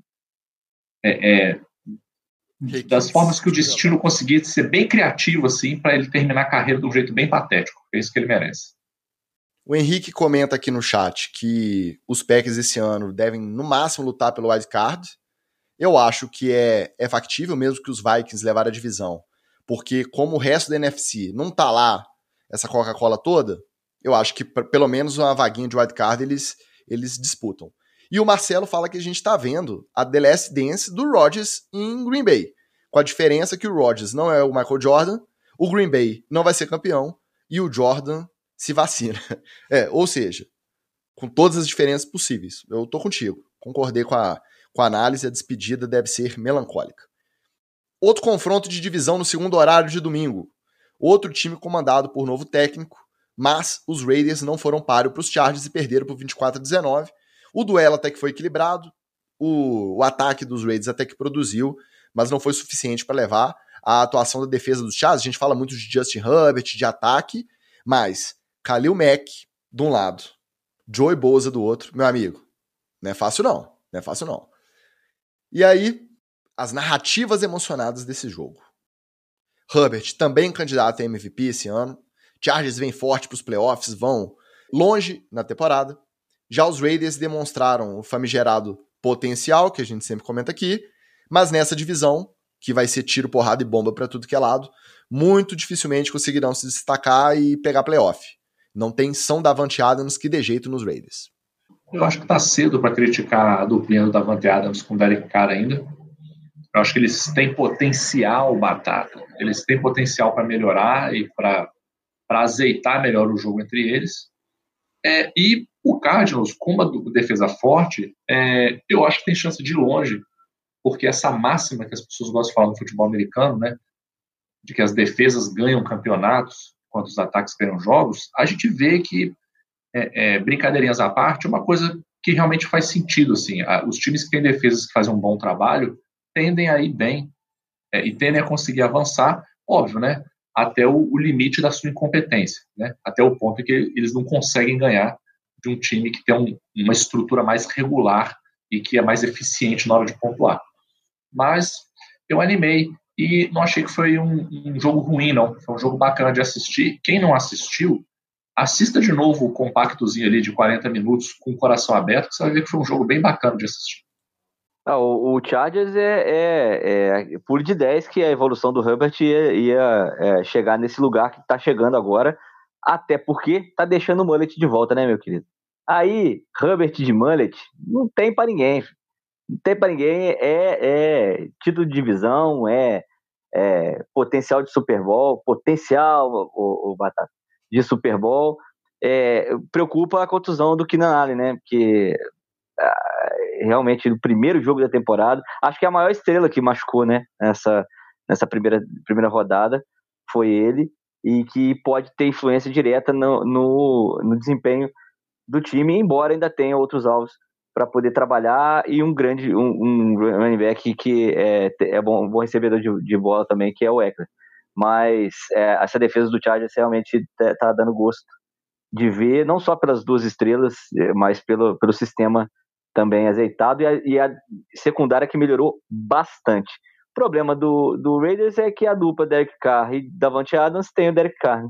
é, é, das formas que o destino conseguia ser bem criativo, assim, para ele terminar a carreira de um jeito bem patético. É isso que ele merece. O Henrique comenta aqui no chat que os Packers esse ano devem, no máximo, lutar pelo wild card. Eu acho que é, é factível mesmo que os Vikings levarem a divisão, porque como o resto da N F C não tá lá, essa Coca-Cola toda, eu acho que p- pelo menos uma vaguinha de wild card eles, eles disputam. E o Marcelo fala que a gente tá vendo a The Last Dance do Rodgers em Green Bay, com a diferença que o Rodgers não é o Michael Jordan, o Green Bay não vai ser campeão e o Jordan se vacina. É, ou seja, com todas as diferenças possíveis. Eu tô contigo, concordei com a Com a análise, a despedida deve ser melancólica. Outro confronto de divisão no segundo horário de domingo. Outro time comandado por novo técnico, mas os Raiders não foram páreo para os Chargers e perderam por vinte e quatro a dezenove. O duelo até que foi equilibrado, o, o ataque dos Raiders até que produziu, mas não foi suficiente para levar a atuação da defesa dos Chargers. A gente fala muito de Justin Herbert, de ataque, mas Khalil Mack de um lado, Joey Bosa do outro, meu amigo, não é fácil não, não é fácil não. E aí, as narrativas emocionadas desse jogo. Herbert também candidato a M V P esse ano. Chargers vem forte para os playoffs, vão longe na temporada. Já os Raiders demonstraram o famigerado potencial, que a gente sempre comenta aqui, mas nessa divisão, que vai ser tiro, porrada e bomba para tudo que é lado, muito dificilmente conseguirão se destacar e pegar playoff. Não tem São Davante Adams que dê jeito nos Raiders. Eu acho que tá cedo para criticar a duplinha do Davante Adams com o Derek Carr ainda. Eu acho que eles têm potencial, batata. Eles têm potencial para melhorar e para azeitar melhor o jogo entre eles. É, e o Cardinals, com uma defesa forte, é, eu acho que tem chance de ir longe, porque essa máxima que as pessoas gostam de falar no futebol americano, né, de que as defesas ganham campeonatos enquanto os ataques ganham jogos, a gente vê que É, é, brincadeirinhas à parte, uma coisa que realmente faz sentido, assim, a, os times que têm defesas que fazem um bom trabalho tendem a ir bem é, e tendem a conseguir avançar, óbvio, né, até o, o limite da sua incompetência, né, até o ponto em que eles não conseguem ganhar de um time que tem um, uma estrutura mais regular e que é mais eficiente na hora de pontuar. Mas eu animei e não achei que foi um, um jogo ruim, não, foi um jogo bacana de assistir. Quem não assistiu, assista de novo o compactozinho ali de quarenta minutos com o coração aberto, que você vai ver que foi um jogo bem bacana de assistir. Ah, o, o Chargers é, é, é puro de dez que a evolução do Herbert ia, ia é, chegar nesse lugar que está chegando agora, até porque tá deixando o mullet de volta, né, meu querido? Aí, Herbert de mullet, não tem para ninguém. Não tem para ninguém, é, é título de divisão, é, é potencial de Super Bowl, potencial, o, o Batata, de Super Bowl. É, preocupa a contusão do Keenan Allen, né? Porque ah, realmente no primeiro jogo da temporada, acho que a maior estrela que machucou, né? Nessa, nessa primeira, primeira rodada foi ele. e que pode ter influência direta no, no, no desempenho do time, embora ainda tenha outros alvos para poder trabalhar, e um grande um, um running back que é, é bom, bom recebedor de, de bola também, que é o Eckler. Mas é, essa defesa do Chargers realmente tá, tá dando gosto de ver, não só pelas duas estrelas, mas pelo, pelo sistema também azeitado, e a, e a secundária que melhorou bastante. O problema do, do Raiders é que a dupla Derek Carr e Davante Adams tem o Derek Carr.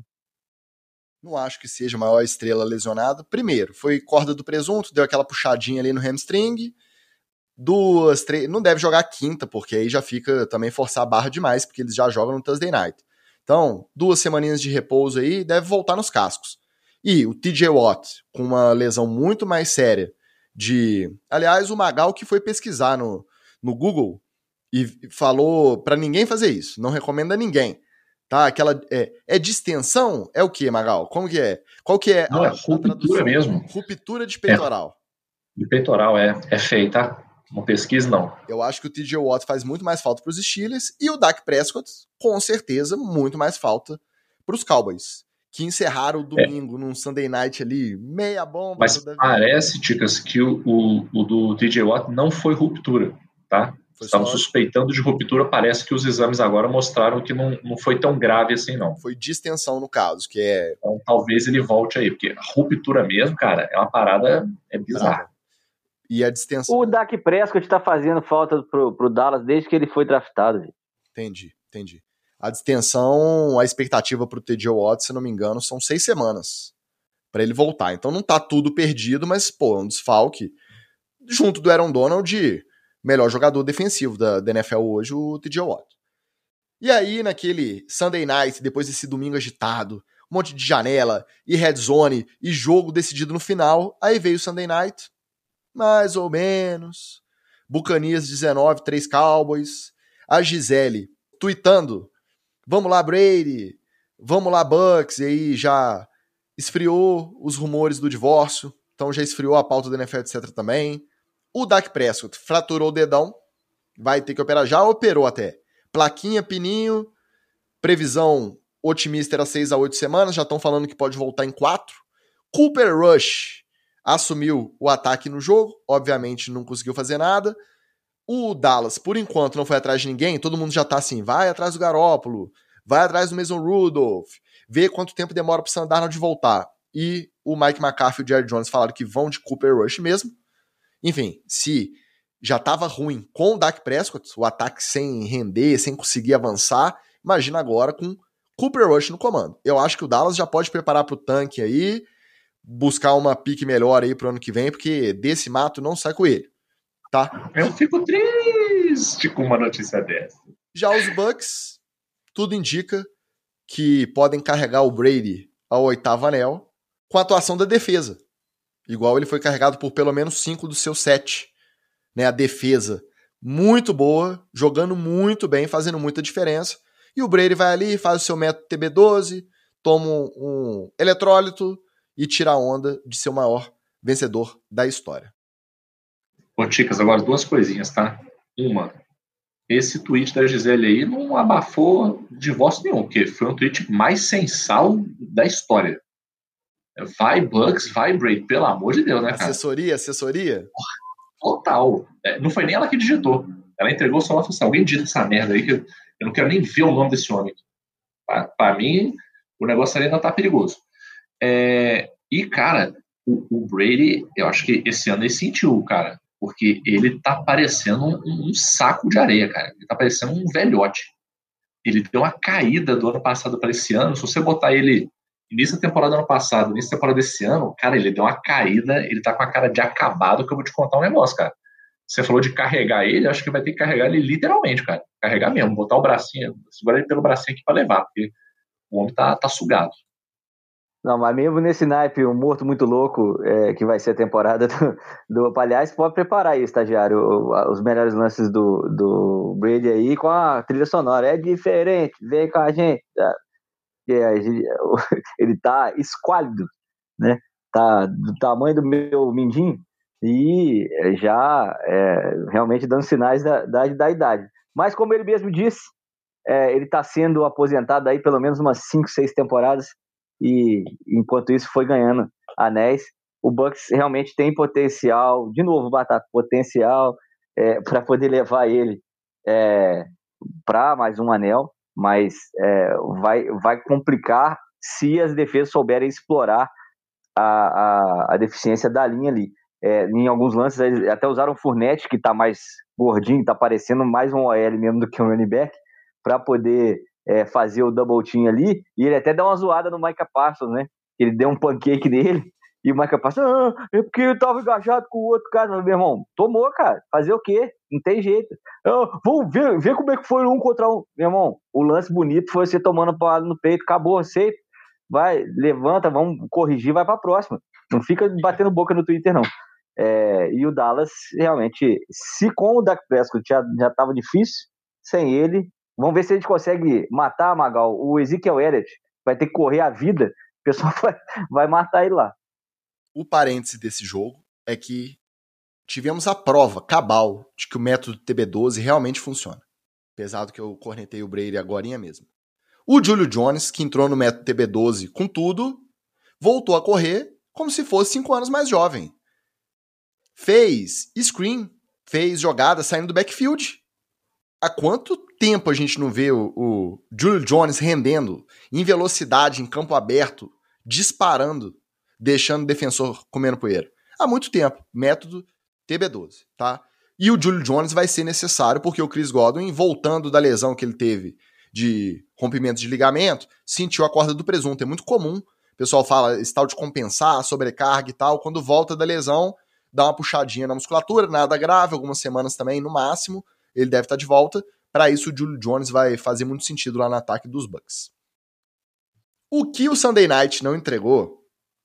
Não acho que seja a maior estrela lesionada. Primeiro, foi corda do presunto, deu aquela puxadinha ali no hamstring. Duas, três... Não deve jogar quinta, porque aí já fica também forçar a barra demais, porque eles já jogam no Thursday Night. Então, duas semaninhas de repouso aí, deve voltar nos cascos. E o T J Watt, com uma lesão muito mais séria de... Aliás, o Magal que foi pesquisar no, no Google e falou pra ninguém fazer isso. Não recomenda a ninguém. Tá, aquela é, é distensão? É o que, Magal? Como que é? Qual que é? Não, a, é ruptura mesmo. Ruptura de peitoral. É, de peitoral, é, é feio, tá? Não pesquisa, não. Eu acho que o T J Watt faz muito mais falta para os Steelers e o Dak Prescott, com certeza, muito mais falta para os Cowboys, que encerraram o domingo é. num Sunday Night ali, meia bomba. Mas parece, Ticas, que o, o, o do T J Watt não foi ruptura, tá? Estavam só... suspeitando de ruptura, parece que os exames agora mostraram que não, não foi tão grave assim, não. Foi distensão no caso, que é... Então talvez ele volte aí, porque a ruptura mesmo, cara, é uma parada é bizarra. E a distensão... O Dak Prescott tá fazendo falta pro, pro Dallas desde que ele foi draftado. Gente. Entendi, entendi. A distensão, a expectativa pro T J Watt, se não me engano, são seis semanas para ele voltar. Então não tá tudo perdido, mas, pô, é um desfalque. Junto do Aaron Donald, melhor jogador defensivo da, da N F L hoje, o T J Watt. E aí, naquele Sunday Night, depois desse domingo agitado, um monte de janela, e red zone, e jogo decidido no final, aí veio o Sunday Night, mais ou menos, Buccaneers dezenove, três Cowboys, a Gisele tweetando, vamos lá Brady, vamos lá Bucks, e aí já esfriou os rumores do divórcio, então já esfriou a pauta da N F L, etcétera também. O Dak Prescott fraturou o dedão, vai ter que operar, já operou até. Plaquinha, pininho, previsão otimista era seis a oito semanas, já estão falando que pode voltar em quatro. Cooper Rush assumiu o ataque no jogo, obviamente não conseguiu fazer nada. O Dallas, por enquanto, não foi atrás de ninguém, todo mundo já tá assim, vai atrás do Garoppolo, vai atrás do Mason Rudolph, vê quanto tempo demora pro Sam Darnold voltar. E o Mike McCarthy e o Jerry Jones falaram que vão de Cooper Rush mesmo. Enfim, se já estava ruim com o Dak Prescott, o ataque sem render, sem conseguir avançar, imagina agora com Cooper Rush no comando. Eu acho que o Dallas já pode preparar para o tanque aí, buscar uma pique melhor aí pro ano que vem, porque desse mato não sai coelho, tá? Eu fico triste com uma notícia dessa. Já os Bucks, tudo indica que podem carregar o Brady ao oitavo anel com a atuação da defesa. Igual ele foi carregado por pelo menos cinco dos seus sete. Né, a defesa muito boa, jogando muito bem, fazendo muita diferença. E o Brady vai ali, faz o seu método T B doze, toma um, um eletrólito e tira a onda de ser o maior vencedor da história. Ô, Ticas, agora duas coisinhas, tá? Uma, esse tweet da Gisele aí não abafou divórcio nenhum, porque foi um tweet mais sensal da história. Vai Bucks, vai Brady, pelo amor de Deus, né, cara? Assessoria, assessoria? Total. É, não foi nem ela que digitou. Ela entregou só uma função. Alguém digita essa merda aí que eu, eu não quero nem ver o nome desse homem. Pra, pra mim, o negócio ali ainda tá perigoso. É, e, cara, o, o Brady, eu acho que esse ano ele sentiu, cara. Porque ele tá parecendo um, um saco de areia, cara. Ele tá parecendo um velhote. Ele deu uma caída do ano passado para esse ano. Se você botar ele início da temporada do ano passado, início da temporada desse ano, cara, ele deu uma caída, ele tá com a cara de acabado, que eu vou te contar um negócio, cara. Você falou de carregar ele, acho que vai ter que carregar ele literalmente, cara. Carregar mesmo, botar o bracinho, segurar ele pelo bracinho aqui pra levar, porque o homem tá, tá sugado. Não, mas mesmo nesse naipe, um morto muito louco, é, que vai ser a temporada do, do Palhaço, pode preparar aí, estagiário, os melhores lances do, do Brady aí com a trilha sonora. É diferente, vem com a gente, tá? Ele tá esquálido, né? Tá do tamanho do meu mindinho e já é, realmente dando sinais da, da, da idade. Mas como ele mesmo disse, é, ele está sendo aposentado aí pelo menos umas cinco, seis temporadas, e enquanto isso foi ganhando anéis. O Bucks realmente tem potencial, de novo, Batata, potencial é, para poder levar ele é, para mais um anel, mas é, vai, vai complicar se as defesas souberem explorar a, a, a deficiência da linha ali. É, em alguns lances, eles até usaram o Fournette, que está mais gordinho, está parecendo mais um O L mesmo do que um running back, para poder é, fazer o double team ali, e ele até dá uma zoada no Micah Parsons, né? Ele deu um pancake nele, e o Micah Parsons, ah, é porque eu tava engajado com o outro cara. Meu irmão, tomou, cara, fazer o quê? Não tem jeito. Ah, vamos ver, ver como é que foi um contra um. Meu irmão, o lance bonito foi você tomando palada no peito, acabou, aceita, vai, levanta, vamos corrigir, vai pra próxima. Não fica batendo boca no Twitter, não. É, e o Dallas, realmente, se com o Dak Prescott já, já tava difícil, sem ele, vamos ver se a gente consegue matar, Magal. O Ezekiel Elliott vai ter que correr a vida, o pessoal vai, vai matar ele lá. O parêntese desse jogo é que tivemos a prova cabal de que o método T B doze realmente funciona. Apesar do que eu cornetei o Brady agorinha mesmo. O Julio Jones, que entrou no método T B doze com tudo, voltou a correr como se fosse cinco anos mais jovem. Fez screen, fez jogada saindo do backfield. Há quanto tempo a gente não vê o, o Julio Jones rendendo em velocidade, em campo aberto, disparando, deixando o defensor comendo poeira? Há muito tempo. Método T B doze, tá? E o Julio Jones vai ser necessário porque o Chris Godwin, voltando da lesão que ele teve de rompimento de ligamento, sentiu a corda do presunto. É muito comum. O pessoal fala esse tal de compensar, sobrecarga e tal. Quando volta da lesão, dá uma puxadinha na musculatura, nada grave, algumas semanas também, no máximo, ele deve estar de volta. Para isso, o Julio Jones vai fazer muito sentido lá no ataque dos Bucks. O que o Sunday Night não entregou,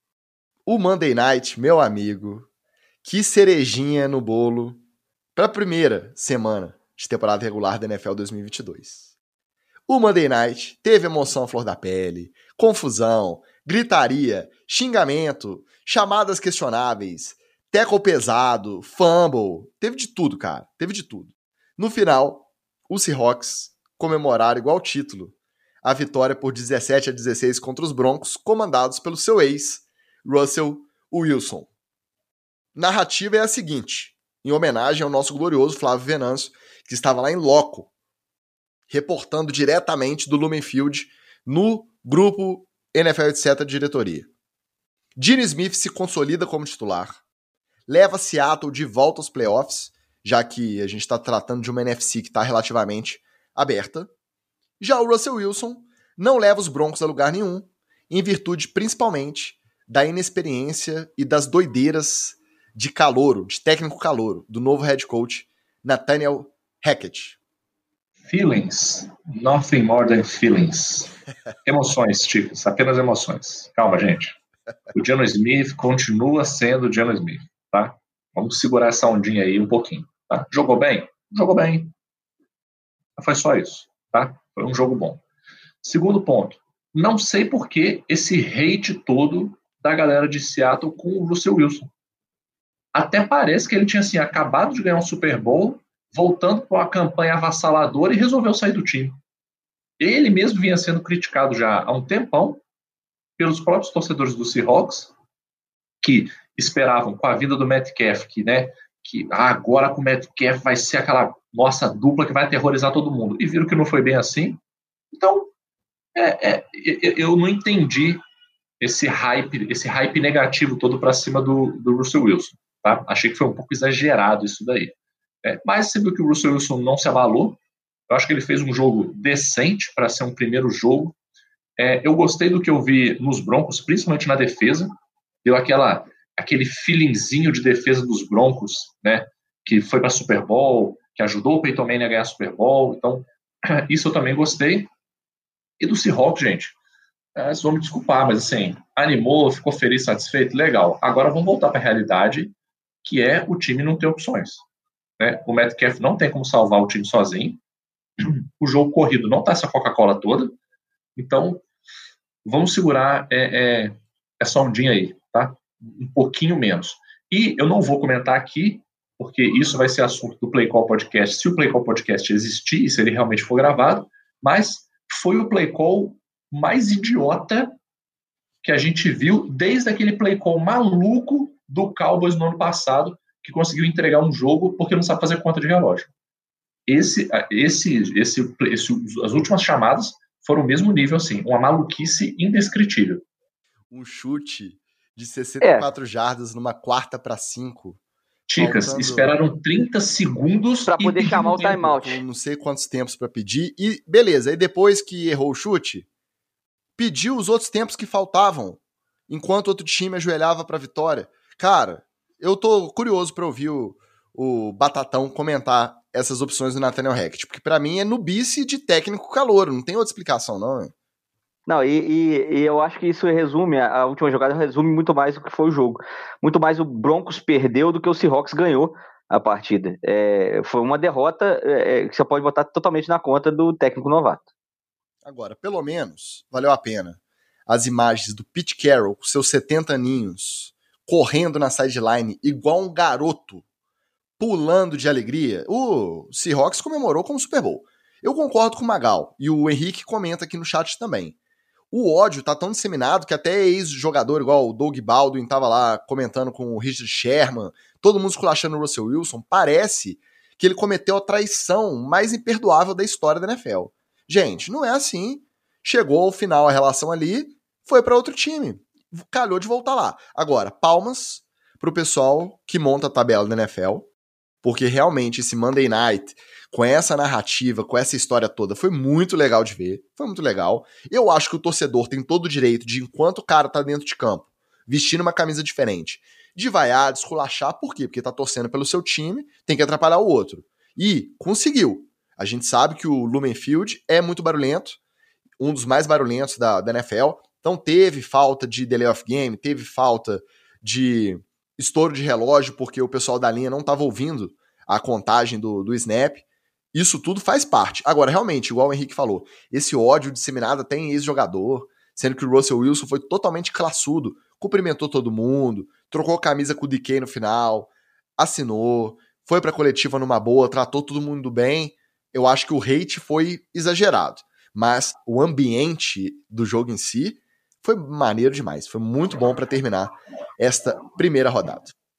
o Monday Night, meu amigo, que cerejinha no bolo para a primeira semana de temporada regular da N F L dois mil e vinte e dois. O Monday Night teve emoção à flor da pele, confusão, gritaria, xingamento, chamadas questionáveis, tackle pesado, fumble, teve de tudo, cara, teve de tudo. No final, os Seahawks comemoraram igual título a vitória por dezessete a dezesseis contra os Broncos, comandados pelo seu ex, Russell Wilson. Narrativa é a seguinte, em homenagem ao nosso glorioso Flávio Venâncio, que estava lá em loco, reportando diretamente do Lumen Field no grupo N F L etc. de diretoria. Gene Smith se consolida como titular, leva Seattle de volta aos playoffs, já que a gente está tratando de uma N F C que está relativamente aberta. Já o Russell Wilson não leva os Broncos a lugar nenhum, em virtude principalmente da inexperiência e das doideiras de calouro, de técnico calouro, do novo head coach Nathaniel Hackett. Feelings, nothing more than feelings. Emoções, chicos, apenas emoções. Calma, gente. O Geno Smith continua sendo o Geno Smith, tá? Vamos segurar essa ondinha aí um pouquinho, tá? Jogou bem? Jogou bem. Foi só isso, tá? Foi um jogo bom. Segundo ponto, não sei por que esse hate todo da galera de Seattle com o Russell Wilson. Até parece que ele tinha assim, acabado de ganhar um Super Bowl, voltando para uma campanha avassaladora e resolveu sair do time. Ele mesmo vinha sendo criticado já há um tempão pelos próprios torcedores do Seahawks, que esperavam com a vinda do Metcalf, que, né, que ah, agora com o Metcalf vai ser aquela nossa dupla que vai aterrorizar todo mundo. E viram que não foi bem assim. Então, é, é, eu não entendi esse hype, esse hype negativo todo para cima do, do Russell Wilson. Tá? Achei que foi um pouco exagerado isso daí. É, mas você viu que o Russell Wilson não se abalou. Eu acho que ele fez um jogo decente para ser um primeiro jogo. É, eu gostei do que eu vi nos Broncos, principalmente na defesa. Deu aquela, aquele feelingzinho de defesa dos Broncos, né, que foi para Super Bowl, que ajudou o Peyton Manning a ganhar Super Bowl. Então, isso eu também gostei. E do Seahawks, gente, é, vocês vão me desculpar, mas assim, animou, ficou feliz, satisfeito, legal. Agora vamos voltar para a realidade, que é o time não ter opções. Né? O Metcalf não tem como salvar o time sozinho. O jogo corrido não tá essa Coca-Cola toda. Então, vamos segurar é, é, essa ondinha aí, tá? Um pouquinho menos. E eu não vou comentar aqui, porque isso vai ser assunto do Play Call Podcast, se o Play Call Podcast existir, se ele realmente for gravado, mas foi o play call mais idiota que a gente viu desde aquele play call maluco do Cowboys no ano passado, que conseguiu entregar um jogo porque não sabe fazer conta de relógio. Esse, esse, esse, esse, as últimas chamadas foram o mesmo nível, assim, uma maluquice indescritível. Um chute de sessenta e quatro é. jardas numa quarta para cinco. Ticas, faltando... esperaram trinta segundos para poder chamar o timeout. Com não sei quantos tempos para pedir. E beleza, aí depois que errou o chute, pediu os outros tempos que faltavam, enquanto outro time ajoelhava para vitória. Cara, eu tô curioso para ouvir o, o Batatão comentar essas opções do Nathaniel Hackett, porque para mim é nubice de técnico calouro, não tem outra explicação, não. Hein? Não, e, e, e eu acho que isso resume, a, a última jogada resume muito mais do que foi o jogo. Muito mais o Broncos perdeu do que o Seahawks ganhou a partida. É, foi uma derrota é, que você pode botar totalmente na conta do técnico novato. Agora, pelo menos, valeu a pena. As imagens do Pete Carroll, com seus setenta aninhos, correndo na sideline, igual um garoto, pulando de alegria. O Seahawks comemorou como Super Bowl. Eu concordo com o Magal, e o Henrique comenta aqui no chat também. O ódio tá tão disseminado que até ex-jogador igual o Doug Baldwin tava lá comentando com o Richard Sherman, todo mundo esculachando o Russell Wilson. Parece que ele cometeu a traição mais imperdoável da história da N F L. Gente, não é assim. Chegou ao final a relação ali, foi para outro time. Calhou de voltar lá. Agora, palmas pro pessoal que monta a tabela da N F L, porque realmente esse Monday Night, com essa narrativa, com essa história toda, foi muito legal de ver, foi muito legal. Eu acho que o torcedor tem todo o direito de, enquanto o cara tá dentro de campo, vestindo uma camisa diferente, de vaiar, de esculachar, por quê? Porque tá torcendo pelo seu time, tem que atrapalhar o outro. E conseguiu. A gente sabe que o Lumen Field é muito barulhento, um dos mais barulhentos da, da N F L, então teve falta de delay of game, teve falta de estouro de relógio, porque o pessoal da linha não estava ouvindo a contagem do, do snap. Isso tudo faz parte. Agora, realmente, igual o Henrique falou, esse ódio disseminado até em ex-jogador, sendo que o Russell Wilson foi totalmente classudo, cumprimentou todo mundo, trocou camisa com o D K no final, assinou, foi pra coletiva numa boa, tratou todo mundo bem. Eu acho que o hate foi exagerado, mas o ambiente do jogo em si foi maneiro demais, foi muito bom para terminar esta primeira rodada.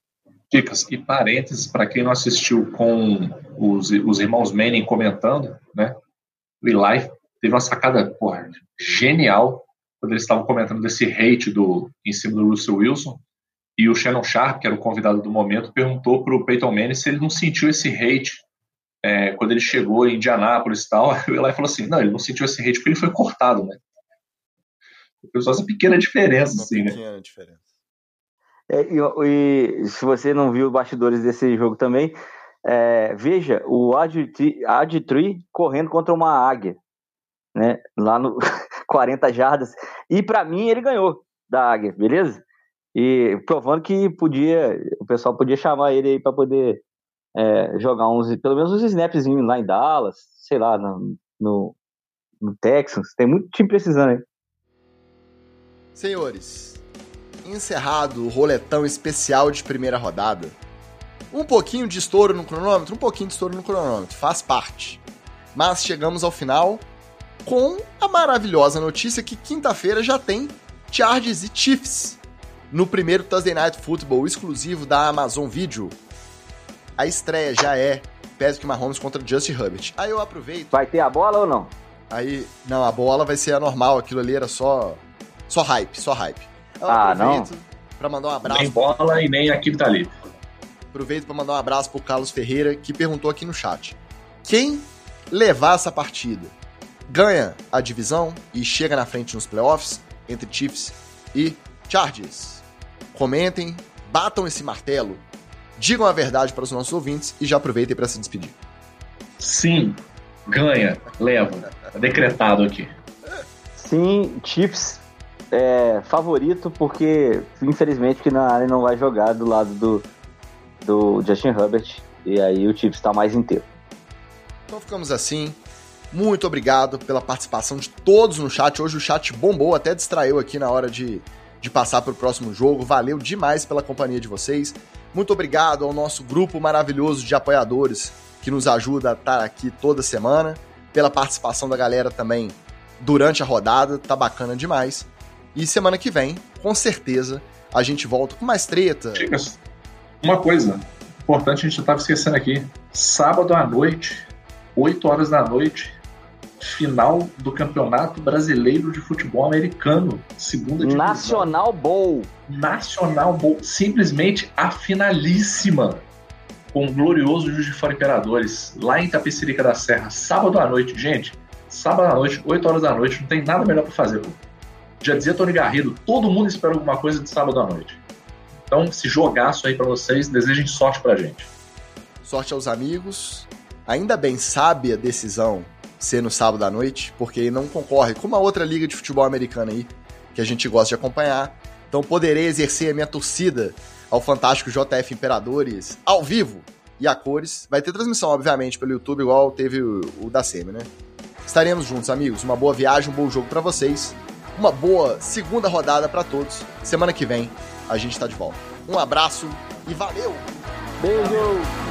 Dicas e parênteses para quem não assistiu com os, os irmãos Manning comentando, né? O Eli teve uma sacada, porra, genial quando eles estavam comentando desse hate do, em cima do Russell Wilson, e o Shannon Sharp, que era o convidado do momento, perguntou pro Peyton Manning se ele não sentiu esse hate é, quando ele chegou em Indianápolis e tal. O Eli falou assim, não, ele não sentiu esse hate porque ele foi cortado, né? Só essa pequena diferença, uma assim, pequena né? diferença. É, e, e se você não viu os bastidores desse jogo também, é, veja o Adtree correndo contra uma águia, né? Lá no quarenta jardas, e pra mim ele ganhou da águia, beleza? E provando que podia, o pessoal podia chamar ele aí pra poder é, jogar uns, pelo menos uns snapzinhos lá em Dallas, sei lá, no, no, no Texans, tem muito time precisando aí. Senhores, encerrado o roletão especial de primeira rodada. Um pouquinho de estouro no cronômetro, um pouquinho de estouro no cronômetro, faz parte. Mas chegamos ao final com a maravilhosa notícia que quinta-feira já tem Chargers e Chiefs no primeiro Thursday Night Football exclusivo da Amazon Video. A estreia já é Patrick Mahomes contra Justin Herbert. Aí eu aproveito... Vai ter a bola ou não? Aí, não, a bola vai ser a normal, aquilo ali era só... Só hype, só hype. Eu ah, não? Pra mandar um abraço. Nem bola e nem aquilo tá ali. Aproveito pra mandar um abraço pro Carlos Ferreira, que perguntou aqui no chat. Quem levar essa partida ganha a divisão e chega na frente nos playoffs entre Chiefs e Chargers? Comentem, batam esse martelo, digam a verdade para os nossos ouvintes e já aproveitem para se despedir. Sim, ganha, leva. Tá decretado aqui. Sim, Chiefs é favorito, porque infelizmente que na área não vai jogar do lado do, do Justin Herbert, e aí o Chiefs está mais inteiro. Então ficamos assim. Muito obrigado pela participação de todos no chat. Hoje o chat bombou, até distraiu aqui na hora de, de passar para o próximo jogo. Valeu demais pela companhia de vocês. Muito obrigado ao nosso grupo maravilhoso de apoiadores que nos ajuda a estar aqui toda semana. pela participação da galera também durante a rodada, tá bacana demais. E semana que vem, com certeza, a gente volta com mais treta. Chicas, uma coisa importante a gente já estava esquecendo aqui. Sábado à noite, oito horas da noite, final do Campeonato Brasileiro de Futebol Americano, segunda divisão. Nacional Bowl. Nacional Bowl, simplesmente a finalíssima, com o glorioso Juiz de Fora Imperadores, lá em Itapecerica da Serra, sábado à noite. Gente, sábado à noite, oito horas da noite, não tem nada melhor para fazer, pô. Já dizia Tony Garrido, todo mundo espera alguma coisa de sábado à noite. Então, esse jogaço aí para vocês, desejem sorte pra gente. Sorte aos amigos. Ainda bem sabe a decisão ser no sábado à noite, porque não concorre com uma outra liga de futebol americana aí, que a gente gosta de acompanhar. Então poderei exercer a minha torcida ao fantástico J F Imperadores ao vivo e a cores. Vai ter transmissão, obviamente, pelo YouTube, igual teve o, o da Semi, né? Estaremos juntos, amigos. Uma boa viagem, um bom jogo pra vocês. Uma boa segunda rodada pra todos. Semana que vem a gente tá de volta. Um abraço e valeu! Beijo!